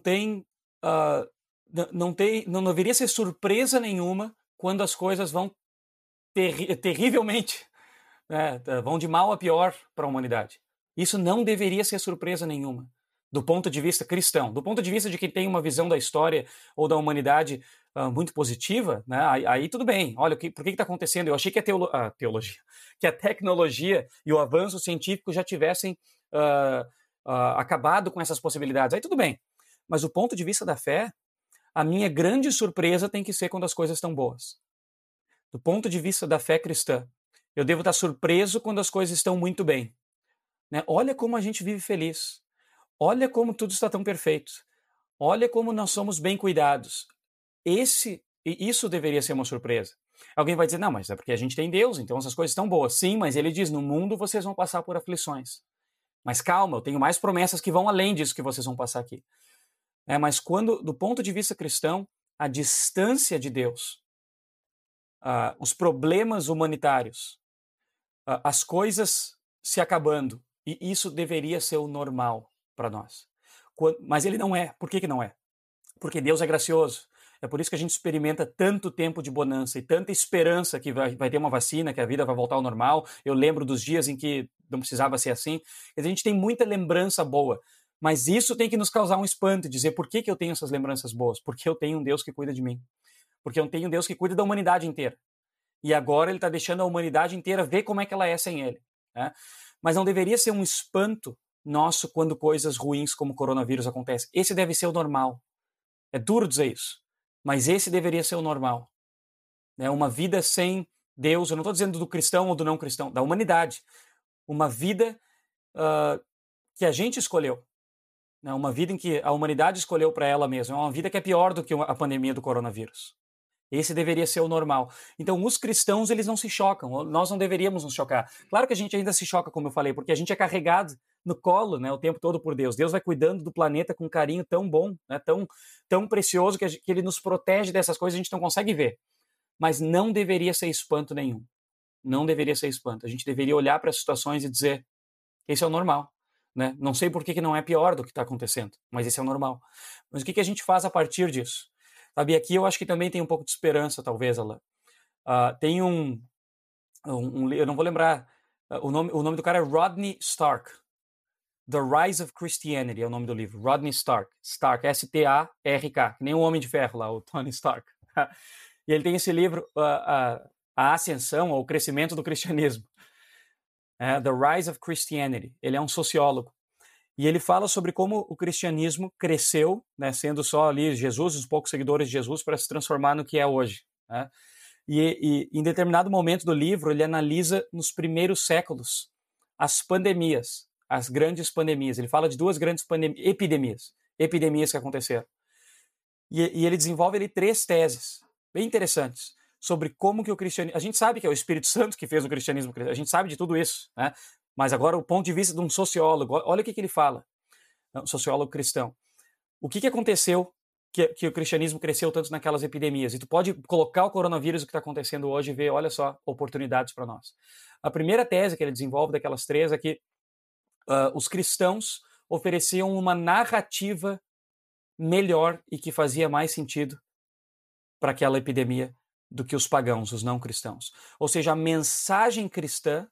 deveria ser surpresa nenhuma quando as coisas vão terrivelmente, né, vão de mal a pior para a humanidade. Isso não deveria ser surpresa nenhuma, do ponto de vista cristão. Do ponto de vista de quem tem uma visão da história ou da humanidade muito positiva, né? Aí tudo bem. Olha, por que está acontecendo? Eu achei que que a tecnologia e o avanço científico já tivessem acabado com essas possibilidades. Aí tudo bem. Mas do ponto de vista da fé, a minha grande surpresa tem que ser quando as coisas estão boas. Do ponto de vista da fé cristã, eu devo estar surpreso quando as coisas estão muito bem. Né? Olha como a gente vive feliz. Olha como tudo está tão perfeito. Olha como nós somos bem cuidados. Isso deveria ser uma surpresa. Alguém vai dizer, não, mas é porque a gente tem Deus, então essas coisas estão boas. Sim, mas ele diz, no mundo vocês vão passar por aflições. Mas calma, eu tenho mais promessas que vão além disso que vocês vão passar aqui. Mas quando, do ponto de vista cristão, a distância de Deus, os problemas humanitários, as coisas se acabando, e isso deveria ser o normal para nós. Mas ele não é. Por que não é? Porque Deus é gracioso. É por isso que a gente experimenta tanto tempo de bonança e tanta esperança que vai ter uma vacina, que a vida vai voltar ao normal. Eu lembro dos dias em que não precisava ser assim. A gente tem muita lembrança boa, mas isso tem que nos causar um espanto e dizer por que eu tenho essas lembranças boas? Porque eu tenho um Deus que cuida de mim. Porque eu tenho um Deus que cuida da humanidade inteira. E agora ele está deixando a humanidade inteira ver como é que ela é sem ele. Né? Mas não deveria ser um espanto nosso quando coisas ruins como o coronavírus acontecem. Esse deve ser o normal. É duro dizer isso, mas esse deveria ser o normal. né? Uma vida sem Deus, eu não estou dizendo do cristão ou do não cristão, da humanidade. Uma vida que a gente escolheu, né? Uma vida em que a humanidade escolheu para ela mesma. É uma vida que é pior do que a pandemia do coronavírus. Esse deveria ser o normal. Então, os cristãos, eles não se chocam. Nós não deveríamos nos chocar. Claro que a gente ainda se choca, como eu falei, porque a gente é carregado no colo, né, o tempo todo por Deus. Deus vai cuidando do planeta com um carinho tão bom, né, tão precioso, que Ele nos protege dessas coisas, a gente não consegue ver. Mas não deveria ser espanto nenhum. Não deveria ser espanto. A gente deveria olhar para as situações e dizer, esse é o normal. Né? Não sei por que não é pior do que está acontecendo, mas esse é o normal. Mas o que a gente faz a partir disso? Sabe, aqui eu acho que também tem um pouco de esperança, talvez, Alain. Tem eu não vou lembrar, o nome do cara é Rodney Stark. The Rise of Christianity é o nome do livro. Rodney Stark. Stark, S-T-A-R-K. Que nem o Homem de Ferro lá, o Tony Stark. E ele tem esse livro, A Ascensão, ou o Crescimento do Cristianismo. The Rise of Christianity. Ele é um sociólogo. E ele fala sobre como o cristianismo cresceu, né, sendo só ali Jesus, os poucos seguidores de Jesus, para se transformar no que é hoje. Né? E em determinado momento do livro, ele analisa nos primeiros séculos as pandemias, as grandes pandemias. Ele fala de duas grandes epidemias que aconteceram. E ele desenvolve ali 3 teses bem interessantes sobre como que o cristianismo... A gente sabe que é o Espírito Santo que fez o cristianismo crescer, a gente sabe de tudo isso, né? Mas agora o ponto de vista de um sociólogo, olha o que ele fala, um sociólogo cristão. O que aconteceu que o cristianismo cresceu tanto naquelas epidemias? E tu pode colocar o coronavírus, o que está acontecendo hoje, e ver, olha só, oportunidades para nós. A primeira tese que ele desenvolve daquelas 3 é que os cristãos ofereciam uma narrativa melhor e que fazia mais sentido para aquela epidemia do que os pagãos, os não cristãos. Ou seja, a mensagem cristã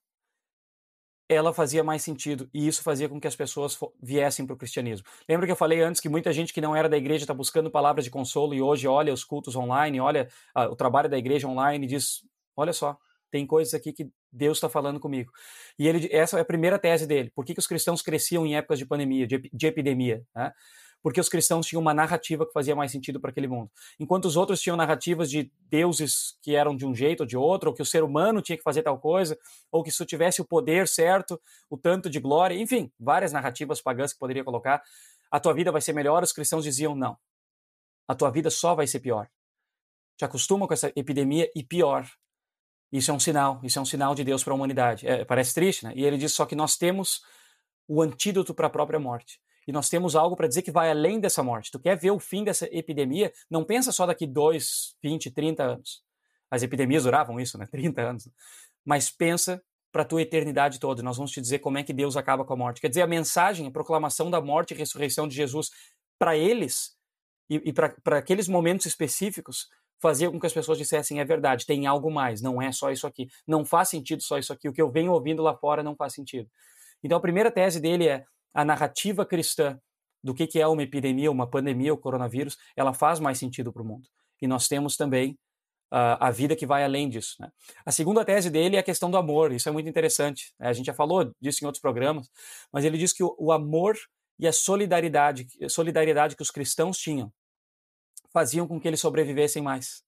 ela fazia mais sentido, e isso fazia com que as pessoas viessem para o cristianismo. Lembra que eu falei antes que muita gente que não era da igreja está buscando palavras de consolo e hoje olha os cultos online, olha o trabalho da igreja online e diz, olha só, tem coisas aqui que Deus está falando comigo. E essa é a primeira tese dele. Por que os cristãos cresciam em épocas de pandemia, de epidemia? Né? Porque os cristãos tinham uma narrativa que fazia mais sentido para aquele mundo. Enquanto os outros tinham narrativas de deuses que eram de um jeito ou de outro, ou que o ser humano tinha que fazer tal coisa, ou que se tivesse o poder certo, o tanto de glória, enfim, várias narrativas pagãs que poderia colocar, a tua vida vai ser melhor, os cristãos diziam não. A tua vida só vai ser pior. Te acostuma com essa epidemia e pior. Isso é um sinal de Deus para a humanidade. Parece triste, né? E ele diz só que nós temos o antídoto para a própria morte. E nós temos algo para dizer que vai além dessa morte. Tu quer ver o fim dessa epidemia? Não pensa só daqui 2, 20, 30 anos. As epidemias duravam isso, né? 30 anos. Mas pensa para a tua eternidade toda. Nós vamos te dizer como é que Deus acaba com a morte. Quer dizer, a mensagem, a proclamação da morte e ressurreição de Jesus para eles e para aqueles momentos específicos fazia com que as pessoas dissessem, é verdade, tem algo mais, não é só isso aqui. Não faz sentido só isso aqui. O que eu venho ouvindo lá fora não faz sentido. Então a primeira tese dele é a narrativa cristã do que é uma epidemia, uma pandemia, o coronavírus, ela faz mais sentido para o mundo. E nós temos também a vida que vai além disso. Né? A segunda tese dele é a questão do amor. Isso é muito interessante. Né? A gente já falou disso em outros programas, mas ele diz que o amor e a solidariedade que os cristãos tinham faziam com que eles sobrevivessem mais.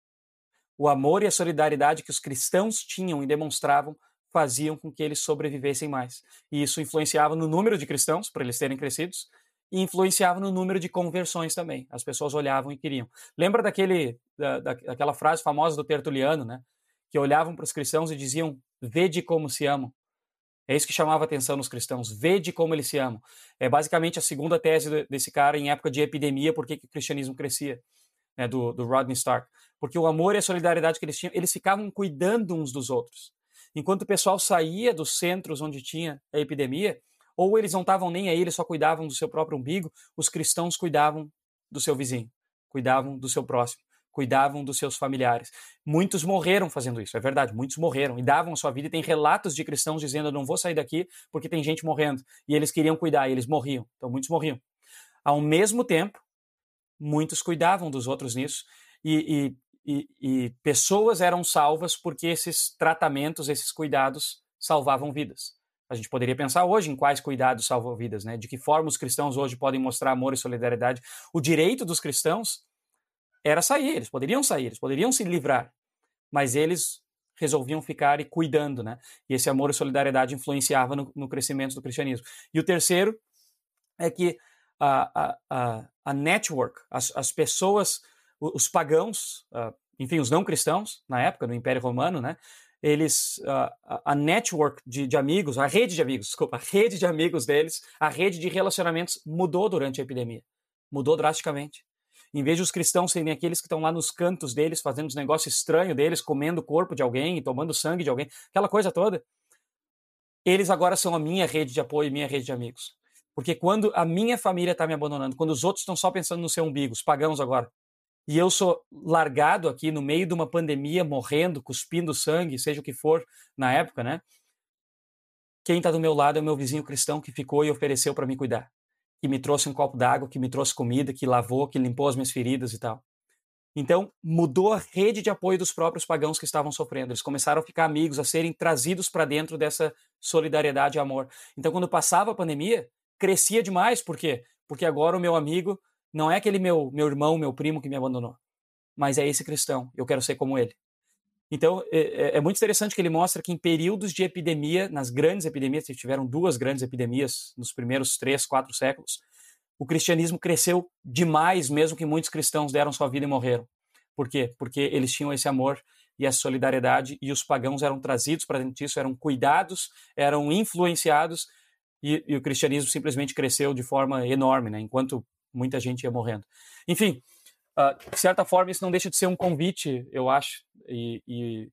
O amor e a solidariedade que os cristãos tinham e demonstravam faziam com que eles sobrevivessem mais. E isso influenciava no número de cristãos, para eles terem crescidos, e influenciava no número de conversões também. As pessoas olhavam e queriam. Lembra daquela frase famosa do Tertuliano, né? Que olhavam para os cristãos e diziam, vede como se amam. É isso que chamava a atenção nos cristãos, vede como eles se amam. É basicamente a segunda tese desse cara em época de epidemia, por que o cristianismo crescia, né, do Rodney Stark. Porque o amor e a solidariedade que eles tinham, eles ficavam cuidando uns dos outros. Enquanto o pessoal saía dos centros onde tinha a epidemia, ou eles não estavam nem aí, eles só cuidavam do seu próprio umbigo, os cristãos cuidavam do seu vizinho, cuidavam do seu próximo, cuidavam dos seus familiares. Muitos morreram fazendo isso, é verdade, muitos morreram e davam a sua vida, e tem relatos de cristãos dizendo, eu não vou sair daqui porque tem gente morrendo, e eles queriam cuidar, e eles morriam, então muitos morriam. Ao mesmo tempo, muitos cuidavam dos outros nisso, e pessoas eram salvas porque esses tratamentos, esses cuidados salvavam vidas. A gente poderia pensar hoje em quais cuidados salvam vidas, né? De que forma os cristãos hoje podem mostrar amor e solidariedade. O direito dos cristãos era sair, eles poderiam se livrar. mas eles resolviam ficar e cuidando, né? E esse amor e solidariedade influenciava no crescimento do cristianismo. E o terceiro é que a network, as pessoas, os pagãos, enfim, os não cristãos, na época, no Império Romano, né? Eles, a network de amigos, a rede de amigos, desculpa, a rede de amigos deles, a rede de relacionamentos mudou durante a epidemia. Mudou drasticamente. Em vez de os cristãos serem aqueles que estão lá nos cantos deles, fazendo os negócios estranhos deles, comendo o corpo de alguém e tomando sangue de alguém, aquela coisa toda, eles agora são a minha rede de apoio, minha rede de amigos. Porque quando a minha família está me abandonando, quando os outros estão só pensando no seu umbigo, os pagãos agora, e eu sou largado aqui no meio de uma pandemia, morrendo, cuspindo sangue, seja o que for na época, né? Quem está do meu lado é o meu vizinho cristão que ficou e ofereceu para me cuidar, que me trouxe um copo d'água, que me trouxe comida, que lavou, que limpou as minhas feridas e tal. Então, mudou a rede de apoio dos próprios pagãos que estavam sofrendo. Eles começaram a ficar amigos, a serem trazidos para dentro dessa solidariedade e amor. Então, quando passava a pandemia, crescia demais. Por quê? Porque agora o meu amigo não é aquele meu irmão, meu primo que me abandonou, mas é esse cristão. Eu quero ser como ele. Então, é muito interessante que ele mostra que em períodos de epidemia, nas grandes epidemias, tiveram 2 grandes epidemias nos primeiros 3, 4 séculos, o cristianismo cresceu demais, mesmo que muitos cristãos deram sua vida e morreram. Por quê? Porque eles tinham esse amor e essa solidariedade, e os pagãos eram trazidos para dentro disso, eram cuidados, eram influenciados, e o cristianismo simplesmente cresceu de forma enorme, né? Enquanto muita gente ia morrendo. Enfim, de certa forma, isso não deixa de ser um convite, eu acho, e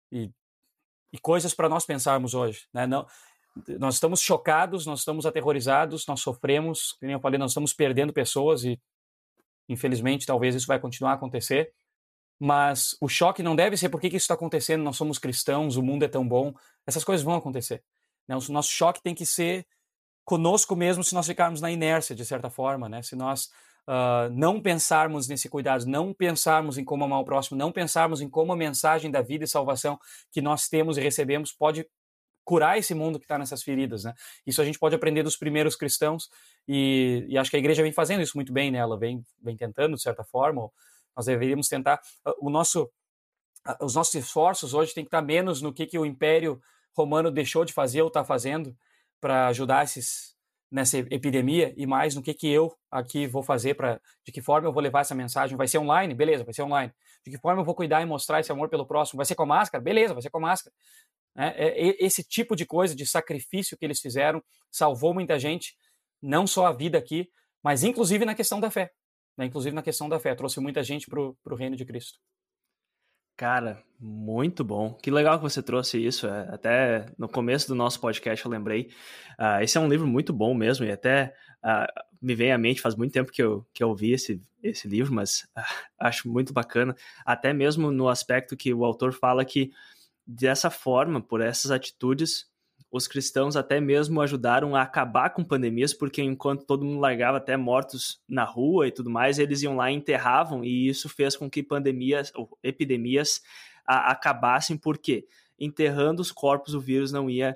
coisas para nós pensarmos hoje, né? Não, nós estamos chocados, nós estamos aterrorizados, nós sofremos, como eu falei, nós estamos perdendo pessoas e, infelizmente, talvez isso vai continuar a acontecer, mas o choque não deve ser por que isso está acontecendo, nós somos cristãos, o mundo é tão bom, essas coisas vão acontecer, né? O nosso choque tem que ser conosco mesmo se nós ficarmos na inércia, de certa forma, né? Se nós não pensarmos nesse cuidado, não pensarmos em como amar o próximo, não pensarmos em como a mensagem da vida e salvação que nós temos e recebemos pode curar esse mundo que está nessas feridas, né? Isso a gente pode aprender dos primeiros cristãos e acho que a igreja vem fazendo isso muito bem, né? Ela vem tentando, de certa forma, nós deveríamos tentar. Os nossos esforços hoje tem que estar menos no que o Império Romano deixou de fazer ou está fazendo para ajudar nessa epidemia e mais no que eu aqui vou fazer, de que forma eu vou levar essa mensagem. Vai ser online? Beleza, vai ser online. De que forma eu vou cuidar e mostrar esse amor pelo próximo? Vai ser com a máscara? Beleza, vai ser com a máscara. Esse tipo de coisa, de sacrifício que eles fizeram, salvou muita gente, não só a vida aqui, mas inclusive na questão da fé. Né? Inclusive na questão da fé, trouxe muita gente para o reino de Cristo. Cara, muito bom. Que legal que você trouxe isso. Até no começo do nosso podcast eu lembrei. Esse é um livro muito bom mesmo, e até me vem à mente, faz muito tempo que eu ouvi esse livro, mas acho muito bacana. Até mesmo no aspecto que o autor fala que, dessa forma, por essas atitudes, os cristãos até mesmo ajudaram a acabar com pandemias, porque enquanto todo mundo largava até mortos na rua e tudo mais, eles iam lá e enterravam, e isso fez com que pandemias ou epidemias acabassem, porque enterrando os corpos o vírus não ia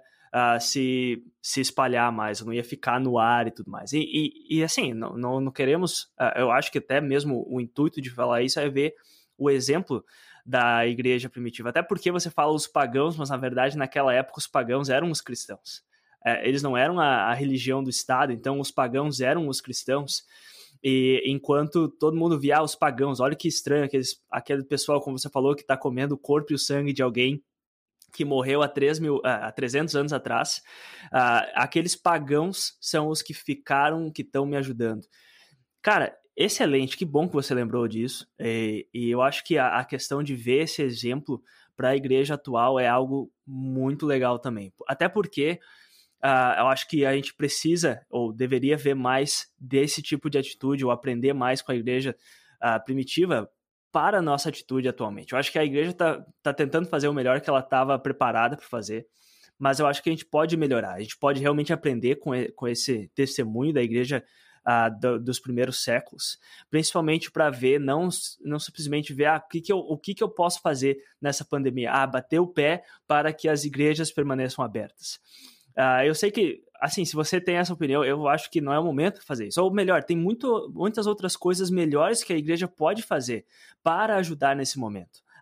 se espalhar mais, não ia ficar no ar e tudo mais. E assim, não queremos, eu acho que até mesmo o intuito de falar isso é ver o exemplo da igreja primitiva, até porque você fala os pagãos, mas na verdade naquela época os pagãos eram os cristãos, eles não eram a religião do Estado, então os pagãos eram os cristãos, e enquanto todo mundo via os pagãos, olha que estranho, aquele pessoal, como você falou, que está comendo o corpo e o sangue de alguém que morreu há 300 anos atrás, aqueles pagãos são os que ficaram, que estão me ajudando. Cara, excelente, que bom que você lembrou disso, e eu acho que a questão de ver esse exemplo para a igreja atual é algo muito legal também, até porque eu acho que a gente precisa, ou deveria ver mais desse tipo de atitude, ou aprender mais com a igreja primitiva para a nossa atitude atualmente. Eu acho que a igreja tá tentando fazer o melhor que ela estava preparada para fazer, mas eu acho que a gente pode melhorar, a gente pode realmente aprender com esse testemunho da igreja dos primeiros séculos, principalmente para ver, não simplesmente ver o que eu posso fazer nessa pandemia, bater o pé para que as igrejas permaneçam abertas. Eu sei que, assim, se você tem essa opinião, eu acho que não é o momento de fazer isso. Ou melhor, tem muitas outras coisas melhores que a igreja pode fazer para ajudar nesse momento.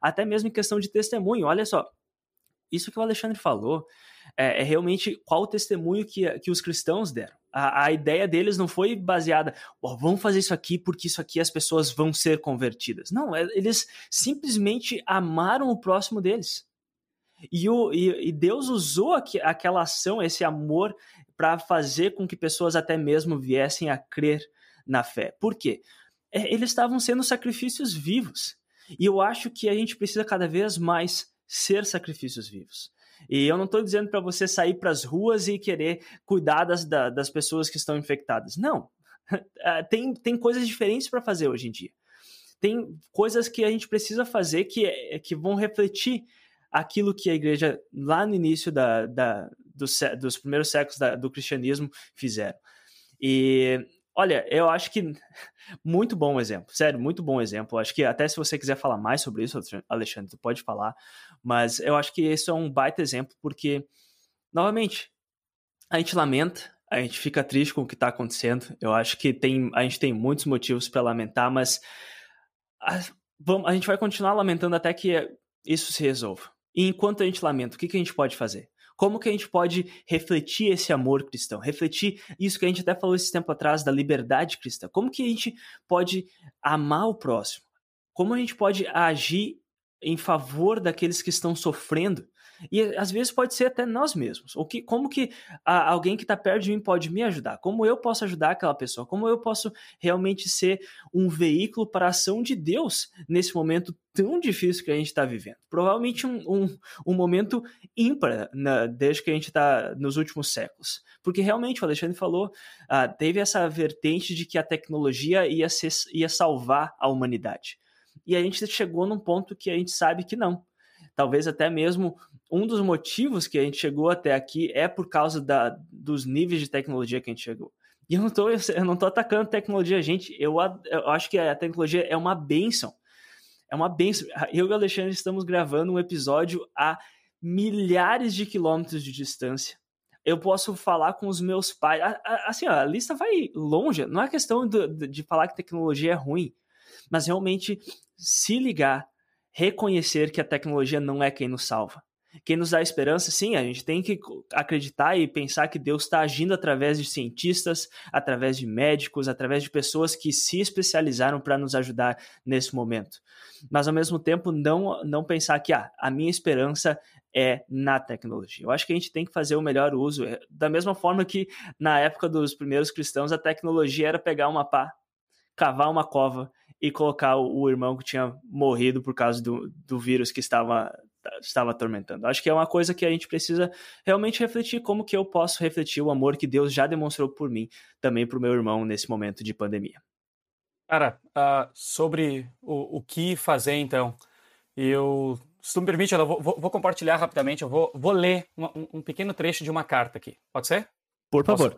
até mesmo em questão de testemunho. Olha só, isso que o Alexandre falou é realmente qual o testemunho que os cristãos deram. A ideia deles não foi baseada, vamos fazer isso aqui porque isso aqui as pessoas vão ser convertidas. Não, eles simplesmente amaram o próximo deles. E Deus usou aquela ação, esse amor, para fazer com que pessoas até mesmo viessem a crer na fé. Por quê? Eles estavam sendo sacrifícios vivos. E eu acho que a gente precisa cada vez mais ser sacrifícios vivos. E eu não estou dizendo para você sair para as ruas e querer cuidar das pessoas que estão infectadas. Não. Tem coisas diferentes para fazer hoje em dia. Tem coisas que a gente precisa fazer que vão refletir aquilo que a igreja, lá no início dos primeiros séculos do cristianismo, fizeram. E, olha, eu acho que muito bom exemplo, sério, muito bom exemplo. Acho que até se você quiser falar mais sobre isso, Alexandre, tu pode falar, mas eu acho que esse é um baita exemplo, porque, novamente, a gente lamenta, a gente fica triste com o que está acontecendo. Eu acho que a gente tem muitos motivos para lamentar, mas a gente vai continuar lamentando até que isso se resolva. E enquanto a gente lamenta, o que a gente pode fazer? Como que a gente pode refletir esse amor cristão? Refletir isso que a gente até falou esse tempo atrás, da liberdade cristã. Como que a gente pode amar o próximo? Como a gente pode agir em favor daqueles que estão sofrendo? E às vezes pode ser até nós mesmos. Como que alguém que está perto de mim pode me ajudar? Como eu posso ajudar aquela pessoa? Como eu posso realmente ser um veículo para a ação de Deus nesse momento tão difícil que a gente está vivendo? Provavelmente um momento ímpar desde que a gente está nos últimos séculos. Porque realmente, o Alexandre falou, teve essa vertente de que a tecnologia ia salvar a humanidade. E a gente chegou num ponto que a gente sabe que não. Talvez até mesmo um dos motivos que a gente chegou até aqui é por causa dos níveis de tecnologia que a gente chegou. E eu não tô atacando a tecnologia, gente. Eu acho que a tecnologia é uma bênção. É uma bênção. Eu e o Alexandre estamos gravando um episódio a milhares de quilômetros de distância. Eu posso falar com os meus pais. Assim, a lista vai longe. Não é questão de falar que tecnologia é ruim, mas realmente se ligar, reconhecer que a tecnologia não é quem nos salva. Quem nos dá esperança, sim, a gente tem que acreditar e pensar que Deus está agindo através de cientistas, através de médicos, através de pessoas que se especializaram para nos ajudar nesse momento. Mas, ao mesmo tempo, não pensar que a minha esperança é na tecnologia. Eu acho que a gente tem que fazer o melhor uso. Da mesma forma que, na época dos primeiros cristãos, a tecnologia era pegar uma pá, cavar uma cova e colocar o irmão que tinha morrido por causa do vírus que estava atormentando. Acho que é uma coisa que a gente precisa realmente refletir, como que eu posso refletir o amor que Deus já demonstrou por mim, também para o meu irmão nesse momento de pandemia. Cara, sobre o que fazer então, se tu me permite, eu vou compartilhar rapidamente, eu vou ler um pequeno trecho de uma carta aqui, pode ser? Por favor.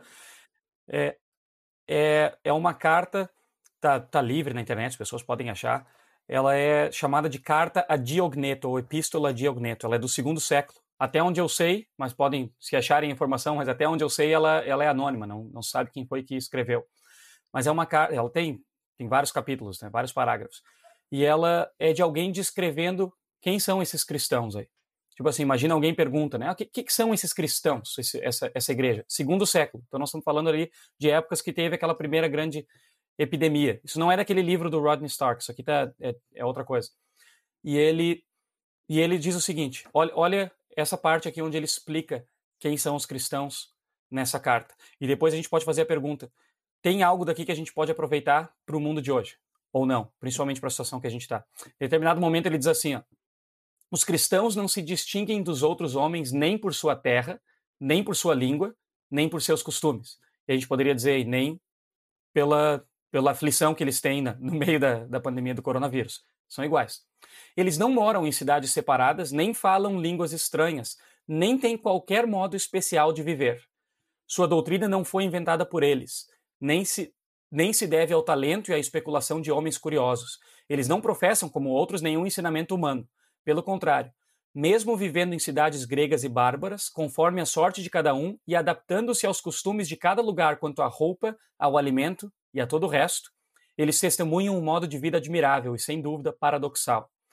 É uma carta, tá livre na internet, as pessoas podem achar. Ela é chamada de Carta a Diogneto, ou Epístola a Diogneto. Ela é do 2º século. Até onde eu sei, mas podem se acharem informação, mas até onde eu sei ela é anônima, não se sabe quem foi que escreveu. Mas é uma carta, ela tem vários capítulos, né, vários parágrafos. E ela é de alguém descrevendo quem são esses cristãos aí. Tipo assim, imagina alguém pergunta, né? O que são esses cristãos, essa igreja? 2º século. Então nós estamos falando ali de épocas que teve aquela primeira grande epidemia. Isso não é daquele livro do Rodney Stark, isso aqui é outra coisa. E ele diz o seguinte, olha essa parte aqui onde ele explica quem são os cristãos nessa carta. E depois a gente pode fazer a pergunta, tem algo daqui que a gente pode aproveitar para o mundo de hoje? Ou não? Principalmente para a situação que a gente está. Em determinado momento ele diz assim, os cristãos não se distinguem dos outros homens nem por sua terra, nem por sua língua, nem por seus costumes. E a gente poderia dizer, nem pela aflição que eles têm no meio da pandemia do coronavírus. São iguais. Eles não moram em cidades separadas, nem falam línguas estranhas, nem têm qualquer modo especial de viver. Sua doutrina não foi inventada por eles, nem se deve ao talento e à especulação de homens curiosos. Eles não professam, como outros, nenhum ensinamento humano. Pelo contrário, mesmo vivendo em cidades gregas e bárbaras, conforme a sorte de cada um e adaptando-se aos costumes de cada lugar quanto à roupa, ao alimento e a todo o resto, eles testemunham um modo de vida admirável e, sem dúvida, paradoxal.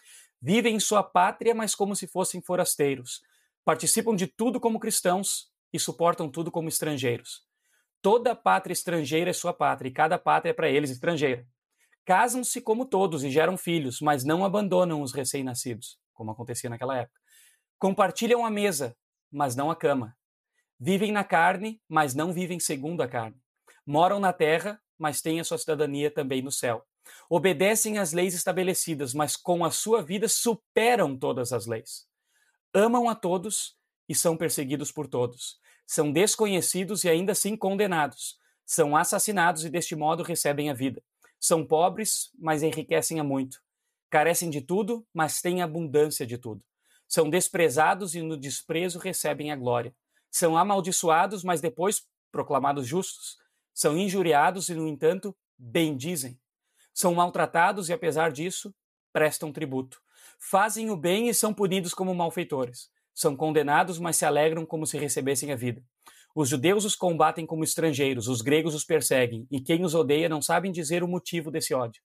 Vivem em sua pátria, mas como se fossem forasteiros. Participam de tudo como cristãos e suportam tudo como estrangeiros. Toda pátria estrangeira é sua pátria, e cada pátria é para eles estrangeira. Casam-se como todos e geram filhos, mas não abandonam os recém-nascidos, como acontecia naquela época. Compartilham a mesa, mas não a cama. Vivem na carne, mas não vivem segundo a carne. Moram na terra, mas têm a sua cidadania também no céu. Obedecem às leis estabelecidas, mas com a sua vida superam todas as leis. Amam a todos e são perseguidos por todos. São desconhecidos e ainda assim condenados. São assassinados e deste modo recebem a vida. São pobres, mas enriquecem a muito. Carecem de tudo, mas têm abundância de tudo. São desprezados e no desprezo recebem a glória. São amaldiçoados, mas depois proclamados justos. São injuriados e, no entanto, bendizem. São maltratados e, apesar disso, prestam tributo. Fazem o bem e são punidos como malfeitores. São condenados, mas se alegram como se recebessem a vida. Os judeus os combatem como estrangeiros, os gregos os perseguem, e quem os odeia não sabem dizer o motivo desse ódio.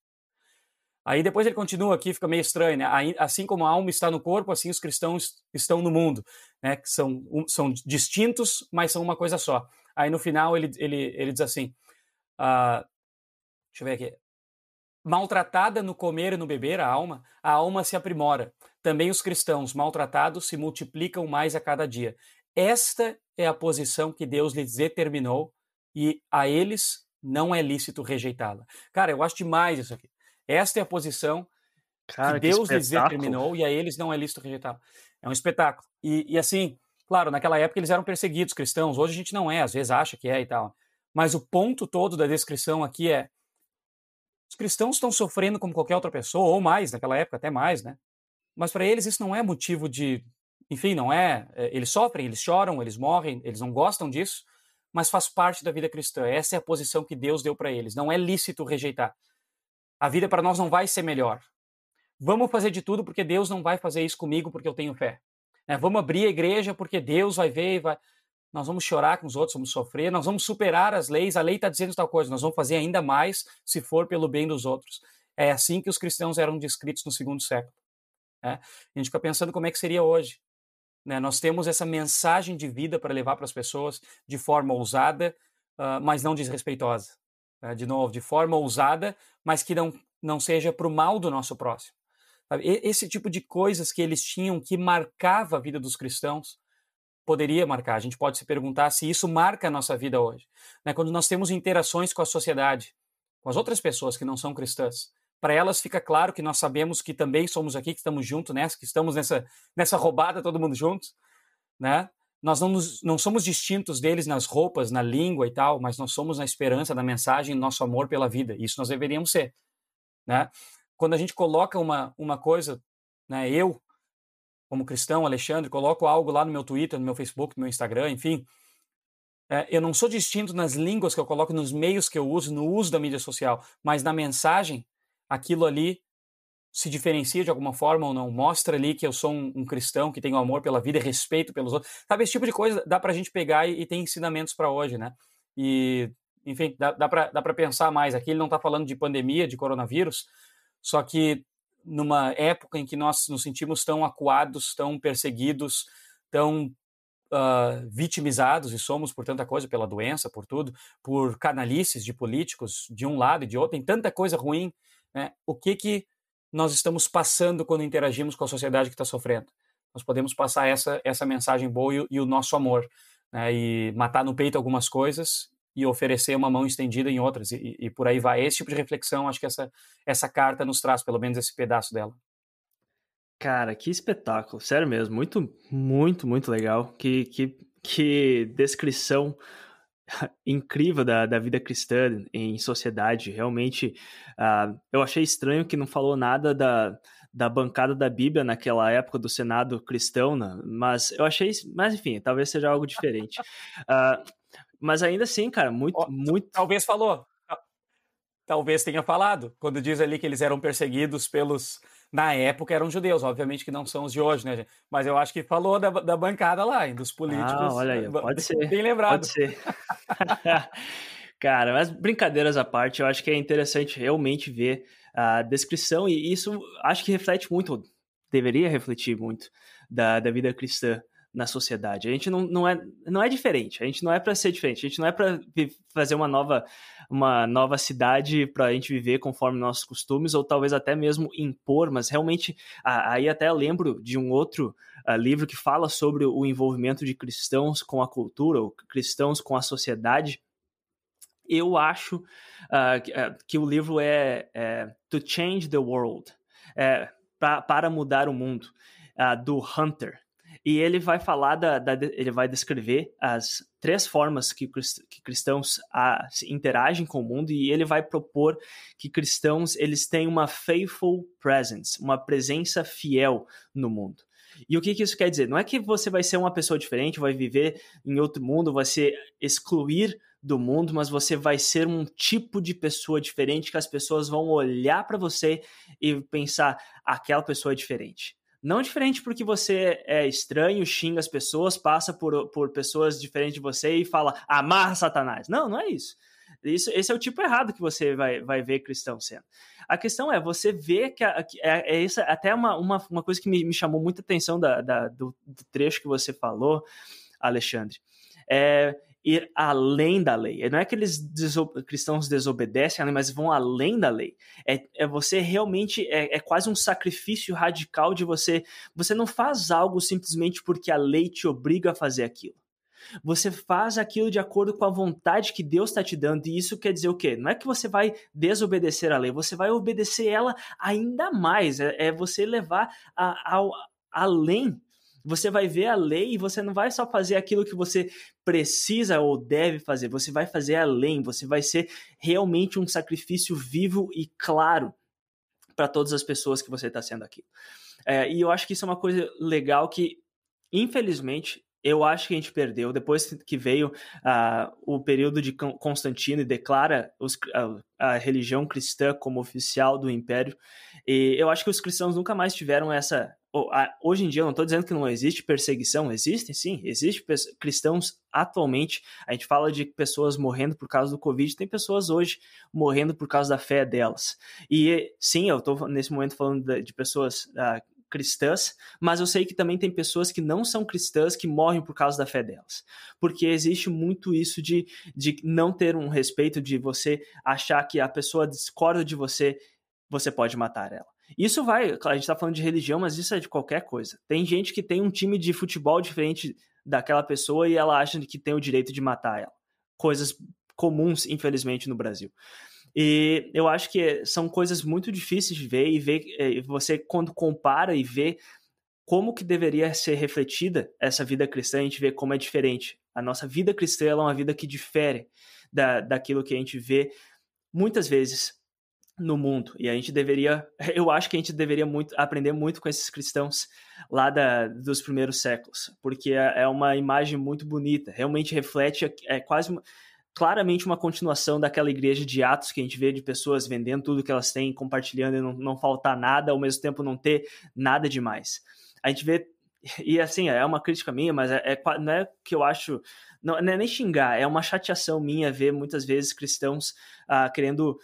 Aí depois ele continua aqui, fica meio estranho, né? Assim como a alma está no corpo, assim os cristãos estão no mundo, né? Que são distintos, mas são uma coisa só. Aí no final ele diz assim, deixa eu ver aqui, maltratada no comer e no beber, a alma se aprimora. Também os cristãos maltratados se multiplicam mais a cada dia. Esta é a posição que Deus lhes determinou e a eles não é lícito rejeitá-la. Cara, eu acho demais isso aqui. Esta é a posição que Deus lhes determinou e a eles não é lícito rejeitá-la. É um espetáculo. E assim, claro, naquela época eles eram perseguidos, cristãos. Hoje a gente não é, às vezes acha que é e tal. Mas o ponto todo da descrição aqui é: os cristãos estão sofrendo como qualquer outra pessoa, ou mais, naquela época até mais, né? Mas para eles isso não é motivo de... Enfim, não é... Eles sofrem, eles choram, eles morrem, eles não gostam disso, mas faz parte da vida cristã. Essa é a posição que Deus deu para eles. Não é lícito rejeitar. A vida para nós não vai ser melhor. Vamos fazer de tudo porque Deus não vai fazer isso comigo porque eu tenho fé. Vamos abrir a igreja porque Deus vai ver e vai... Nós vamos chorar com os outros, vamos sofrer, nós vamos superar as leis, a lei está dizendo tal coisa, nós vamos fazer ainda mais se for pelo bem dos outros. É assim que os cristãos eram descritos no segundo século. A gente fica pensando como é que seria hoje. Nós temos essa mensagem de vida para levar para as pessoas de forma ousada, mas não desrespeitosa. De novo, de forma ousada, mas que não seja para o mal do nosso próximo. Esse tipo de coisas que eles tinham que marcava a vida dos cristãos, poderia marcar. A gente pode se perguntar se isso marca a nossa vida hoje. Quando nós temos interações com a sociedade, com as outras pessoas que não são cristãs, para elas fica claro que nós sabemos que também somos aqui, que estamos juntos nessa, que estamos nessa roubada todo mundo juntos, né? Nós não somos distintos deles nas roupas, na língua e tal, mas nós somos na esperança, na mensagem, no nosso amor pela vida. Isso nós deveríamos ser, né? Quando a gente coloca uma coisa, né, eu, como cristão, Alexandre, coloco algo lá no meu Twitter, no meu Facebook, no meu Instagram, enfim, eu não sou distinto nas línguas que eu coloco, nos meios que eu uso, no uso da mídia social, mas na mensagem, aquilo ali se diferencia de alguma forma ou não, mostra ali que eu sou um cristão que tenho amor pela vida e respeito pelos outros. Sabe, esse tipo de coisa dá pra gente pegar e tem ensinamentos para hoje, né? E, enfim, dá pra pensar mais. Aqui ele não tá falando de pandemia, de coronavírus, só que numa época em que nós nos sentimos tão acuados, tão perseguidos, tão vitimizados, e somos por tanta coisa, pela doença, por tudo, por canalices de políticos de um lado e de outro, tem tanta coisa ruim, né? O que nós estamos passando quando interagimos com a sociedade que está sofrendo? Nós podemos passar essa mensagem boa e o nosso amor, né? E matar no peito algumas coisas e oferecer uma mão estendida em outras, e por aí vai. Esse tipo de reflexão, acho que essa carta nos traz, pelo menos esse pedaço dela. Cara, que espetáculo, sério mesmo, muito, muito, muito legal, que descrição incrível da vida cristã em sociedade, realmente. Eu achei estranho que não falou nada da bancada da Bíblia naquela época do Senado cristão, né? Mas eu achei, mas enfim, talvez seja algo diferente. Mas ainda assim, cara, muito... Talvez falou. Talvez tenha falado, quando diz ali que eles eram perseguidos pelos... Na época eram judeus, obviamente que não são os de hoje, né, gente? Mas eu acho que falou da bancada lá, dos políticos. Olha aí, pode ser. Bem lembrado. Pode ser. Cara, mas brincadeiras à parte, eu acho que é interessante realmente ver a descrição, e isso acho que reflete muito deveria refletir muito da vida cristã na sociedade. A gente não é diferente, a gente não é para ser diferente, a gente não é para fazer uma nova cidade para a gente viver conforme nossos costumes, ou talvez até mesmo impor, mas realmente, aí até eu lembro de um outro livro que fala sobre o envolvimento de cristãos com a cultura, ou cristãos com a sociedade. Eu acho que o livro é To Change the World, para mudar o mundo, do Hunter. E ele vai falar ele vai descrever as 3 formas que cristãos interagem com o mundo, e ele vai propor que cristãos eles têm uma faithful presence, uma presença fiel no mundo. E o que isso quer dizer? Não é que você vai ser uma pessoa diferente, vai viver em outro mundo, vai se excluir do mundo, mas você vai ser um tipo de pessoa diferente, que as pessoas vão olhar para você e pensar, aquela pessoa é diferente. Não diferente porque você é estranho, xinga as pessoas, passa por pessoas diferentes de você e fala, amarra Satanás. Não é isso. Esse é o tipo errado que você vai ver cristão sendo. A questão é, você vê que isso até uma coisa que me chamou muita atenção do trecho que você falou, Alexandre, ir além da lei. Não é que cristãos desobedecem a lei, mas vão além da lei. Você realmente, é quase um sacrifício radical de você não faz algo simplesmente porque a lei te obriga a fazer aquilo. Você faz aquilo de acordo com a vontade que Deus está te dando, e isso quer dizer o quê? Não é que você vai desobedecer a lei, você vai obedecer ela ainda mais, você levar além. Você vai ver a lei e você não vai só fazer aquilo que você precisa ou deve fazer, você vai fazer além, você vai ser realmente um sacrifício vivo e claro para todas as pessoas que você está sendo aqui. E eu acho que isso é uma coisa legal que, infelizmente, eu acho que a gente perdeu depois que veio o período de Constantino e declara a religião cristã como oficial do Império. E eu acho que os cristãos nunca mais tiveram essa... Hoje em dia, eu não estou dizendo que não existe perseguição, existe sim, existe cristãos atualmente. A gente fala de pessoas morrendo por causa do Covid, tem pessoas hoje morrendo por causa da fé delas. E sim, eu estou nesse momento falando de pessoas cristãs, mas eu sei que também tem pessoas que não são cristãs que morrem por causa da fé delas, porque existe muito isso de não ter um respeito, de você achar que a pessoa discorda de você pode matar ela. Isso a gente está falando de religião, mas isso é de qualquer coisa. Tem gente que tem um time de futebol diferente daquela pessoa e ela acha que tem o direito de matar ela. Coisas comuns, infelizmente, no Brasil. E eu acho que são coisas muito difíceis de ver, e você, quando compara e vê como que deveria ser refletida essa vida cristã, a gente vê como é diferente. A nossa vida cristã ela é uma vida que difere daquilo que a gente vê muitas vezes no mundo. E eu acho que a gente deveria aprender muito com esses cristãos lá dos primeiros séculos, porque é uma imagem muito bonita, realmente reflete, claramente uma continuação daquela igreja de Atos que a gente vê de pessoas vendendo tudo que elas têm, compartilhando e não faltar nada, ao mesmo tempo não ter nada demais. A gente vê, e assim, é uma crítica minha, mas não é que eu acho, não é nem xingar, é uma chateação minha ver muitas vezes cristãos querendo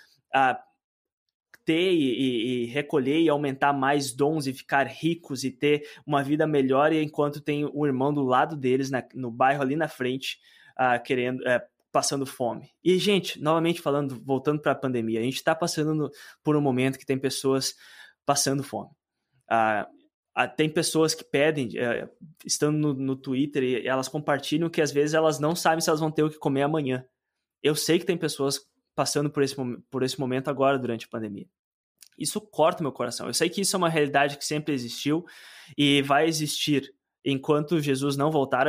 ter e recolher e aumentar mais dons e ficar ricos e ter uma vida melhor, e enquanto tem um irmão do lado deles, no bairro ali na frente, passando fome. E, gente, novamente voltando para a pandemia, a gente está passando por um momento que tem pessoas passando fome. Tem pessoas que pedem, estando no Twitter, e elas compartilham que às vezes elas não sabem se elas vão ter o que comer amanhã. Eu sei que tem pessoas passando por esse momento agora, durante a pandemia. Isso corta meu coração. Eu sei que isso é uma realidade que sempre existiu e vai existir. Enquanto Jesus não voltar,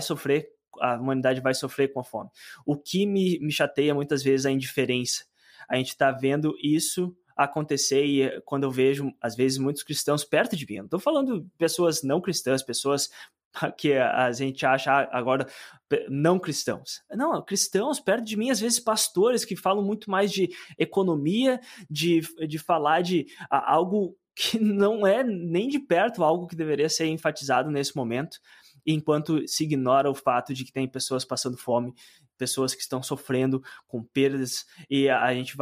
a humanidade vai sofrer com a fome. O que me chateia muitas vezes é a indiferença. A gente está vendo isso acontecer, e quando eu vejo, às vezes, muitos cristãos perto de mim, eu não estou falando de pessoas não cristãs, pessoas que a gente acha agora não cristãos. Não, cristãos perto de mim, às vezes pastores que falam muito mais de economia, de falar de algo que não é nem de perto algo que deveria ser enfatizado nesse momento, enquanto se ignora o fato de que tem pessoas passando fome, pessoas que estão sofrendo com perdas, e a gente vai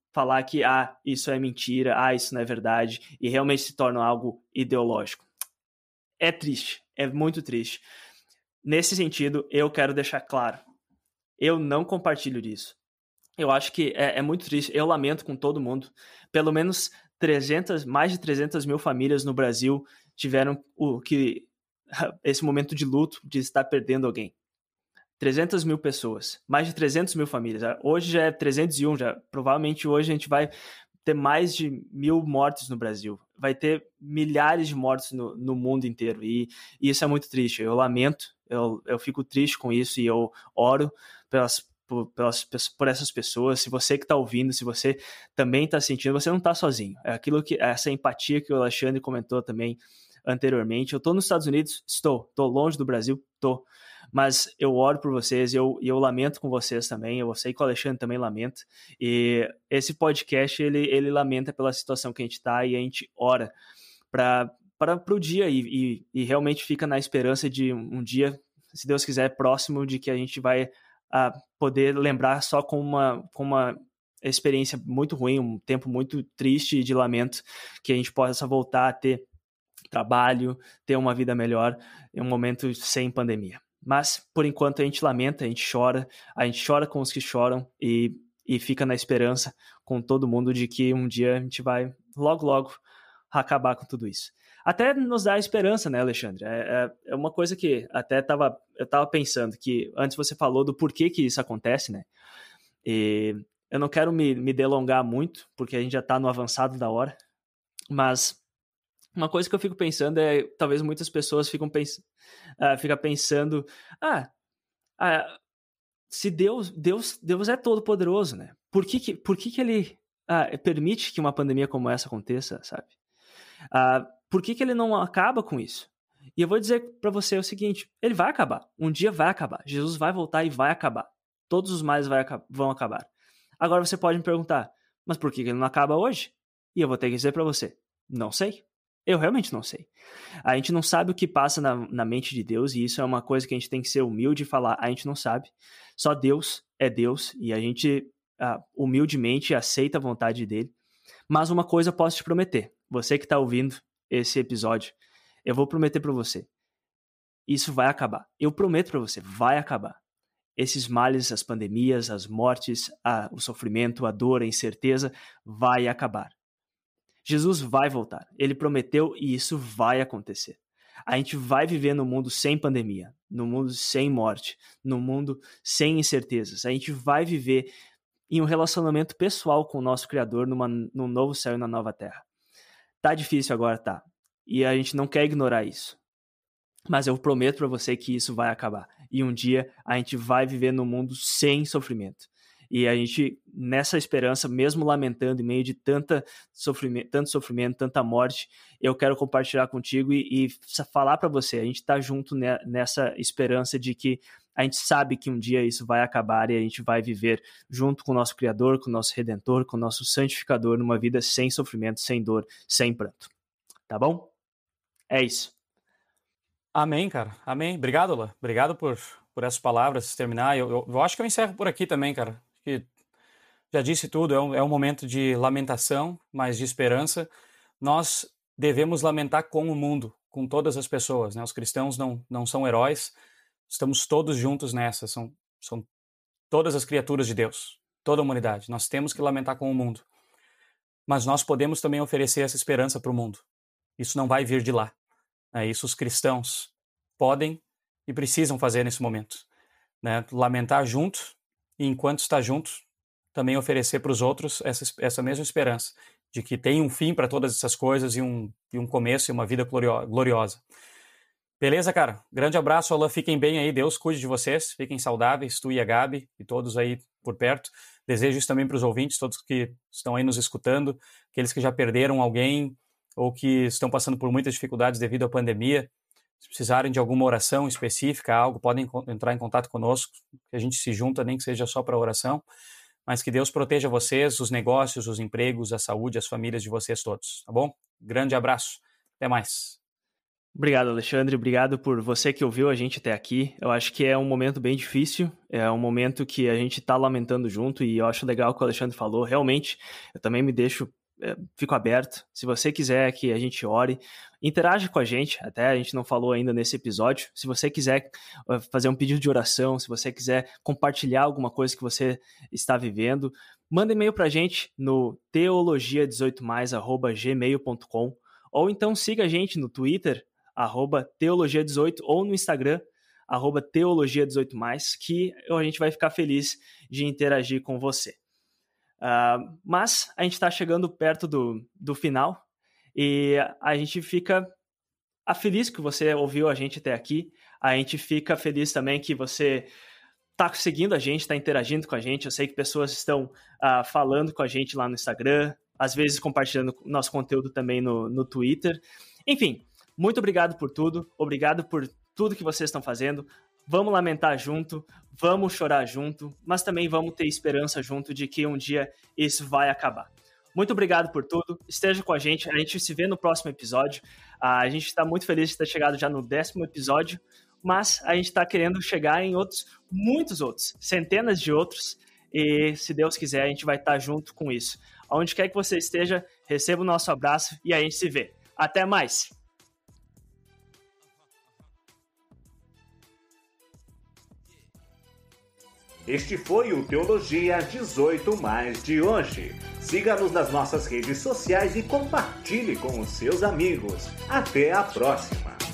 falar que, isso é mentira, isso não é verdade, e realmente se torna algo ideológico. É triste, é muito triste. Nesse sentido, eu quero deixar claro, eu não compartilho disso. Eu acho que é muito triste, eu lamento com todo mundo. Pelo menos mais de 300 mil famílias no Brasil tiveram esse momento de luto, de estar perdendo alguém. 300 mil pessoas, mais de 300 mil famílias. Hoje já é 301, provavelmente hoje a gente vai ter mais de 1.000 mortes no Brasil. Vai ter milhares de mortes no mundo inteiro. E isso é muito triste. Eu lamento, eu fico triste com isso e eu oro por essas pessoas. Se você que está ouvindo, se você também está sentindo, você não está sozinho. Essa empatia que o Alexandre comentou também anteriormente. Eu estou nos Estados Unidos? Estou longe do Brasil? Estou. Mas eu oro por vocês e eu lamento com vocês também. Eu sei que o Alexandre também lamenta. E esse podcast, ele lamenta pela situação que a gente está e a gente ora para o dia e realmente fica na esperança de um dia, se Deus quiser, próximo, de que a gente vai poder lembrar só com uma experiência muito ruim, um tempo muito triste de lamento, que a gente possa voltar a ter trabalho, ter uma vida melhor em um momento sem pandemia. Mas, por enquanto, a gente lamenta, a gente chora com os que choram e fica na esperança com todo mundo de que um dia a gente vai logo, logo acabar com tudo isso. Até nos dá esperança, né, Alexandre? É uma coisa que até eu estava pensando, que antes você falou do porquê que isso acontece, né? E eu não quero me delongar muito, porque a gente já está no avançado da hora, mas uma coisa que eu fico pensando é, talvez muitas pessoas ficam pensando, se Deus é todo poderoso, né? Por que ele permite que uma pandemia como essa aconteça, sabe? Por que ele não acaba com isso? E eu vou dizer para você o seguinte, ele vai acabar, um dia vai acabar, Jesus vai voltar e vai acabar, todos os males vão acabar. Agora você pode me perguntar, mas por que ele não acaba hoje? E eu vou ter que dizer para você, não sei. Eu realmente não sei. A gente não sabe o que passa na mente de Deus, e isso é uma coisa que a gente tem que ser humilde e falar, a gente não sabe. Só Deus é Deus, e a gente humildemente aceita a vontade dele. Mas uma coisa eu posso te prometer, você que está ouvindo esse episódio, eu vou prometer para você, isso vai acabar. Eu prometo para você, vai acabar. Esses males, as pandemias, as mortes, o sofrimento, a dor, a incerteza, vai acabar. Jesus vai voltar. Ele prometeu e isso vai acontecer. A gente vai viver num mundo sem pandemia, num mundo sem morte, num mundo sem incertezas. A gente vai viver em um relacionamento pessoal com o nosso Criador num novo céu e na nova terra. Tá difícil agora, tá. E a gente não quer ignorar isso. Mas eu prometo para você que isso vai acabar. E um dia a gente vai viver num mundo sem sofrimento. E a gente, nessa esperança, mesmo lamentando em meio de tanto sofrimento, tanta morte, eu quero compartilhar contigo e falar para você, a gente está junto nessa esperança de que a gente sabe que um dia isso vai acabar e a gente vai viver junto com o nosso Criador, com o nosso Redentor, com o nosso Santificador, numa vida sem sofrimento, sem dor, sem pranto. Tá bom? É isso. Amém, cara. Amém. Obrigado, Lá. Obrigado por essas palavras. Terminar. Eu acho que eu encerro por aqui também, cara. Que já disse tudo. É um momento de lamentação, mas de esperança. Nós devemos lamentar com o mundo, com todas as pessoas, né? Os cristãos não são heróis. Estamos todos juntos nessa. São todas as criaturas de Deus, toda a humanidade. Nós temos que lamentar com o mundo. Mas nós podemos também oferecer essa esperança para o mundo. Isso não vai vir de lá. Isso os cristãos podem e precisam fazer nesse momento, né? Lamentar junto e, enquanto está junto, também oferecer para os outros essa mesma esperança de que tem um fim para todas essas coisas e um começo e uma vida gloriosa. Beleza, cara? Grande abraço, Alain. Fiquem bem aí. Deus cuide de vocês. Fiquem saudáveis, tu e a Gabi e todos aí por perto. Desejo isso também para os ouvintes, todos que estão aí nos escutando, aqueles que já perderam alguém ou que estão passando por muitas dificuldades devido à pandemia. Se precisarem de alguma oração específica, algo, podem entrar em contato conosco, que a gente se junta, nem que seja só para oração, mas que Deus proteja vocês, os negócios, os empregos, a saúde, as famílias de vocês todos, tá bom? Grande abraço, até mais. Obrigado, Alexandre. Obrigado por você que ouviu a gente até aqui. Eu acho que é um momento bem difícil, é um momento que a gente está lamentando junto e eu acho legal o que o Alexandre falou. Realmente, eu também me deixo, fico aberto. Se você quiser que a gente ore, interage com a gente. Até a gente não falou ainda nesse episódio. Se você quiser fazer um pedido de oração, se você quiser compartilhar alguma coisa que você está vivendo, manda e-mail para a gente no teologia18mais@gmail.com ou então siga a gente no Twitter, @teologia18 ou no Instagram, @teologia18mais, que a gente vai ficar feliz de interagir com você. Mas a gente está chegando perto do final e a gente fica feliz que você ouviu a gente até aqui. A gente fica feliz também que você está seguindo a gente, está interagindo com a gente. Eu sei que pessoas estão falando com a gente lá no Instagram, às vezes compartilhando nosso conteúdo também no Twitter. Enfim, muito obrigado por tudo, obrigado por tudo que vocês estão fazendo. Vamos lamentar junto, vamos chorar junto, mas também vamos ter esperança junto de que um dia isso vai acabar. Muito obrigado por tudo, esteja com a gente se vê no próximo episódio. A gente está muito feliz de ter chegado já no 10º episódio, mas a gente está querendo chegar em muitos outros, centenas de outros, e se Deus quiser a gente vai estar junto com isso. Aonde quer que você esteja, receba o nosso abraço e a gente se vê. Até mais! Este foi o Teologia 18+ de hoje. Siga-nos nas nossas redes sociais e compartilhe com os seus amigos. Até a próxima!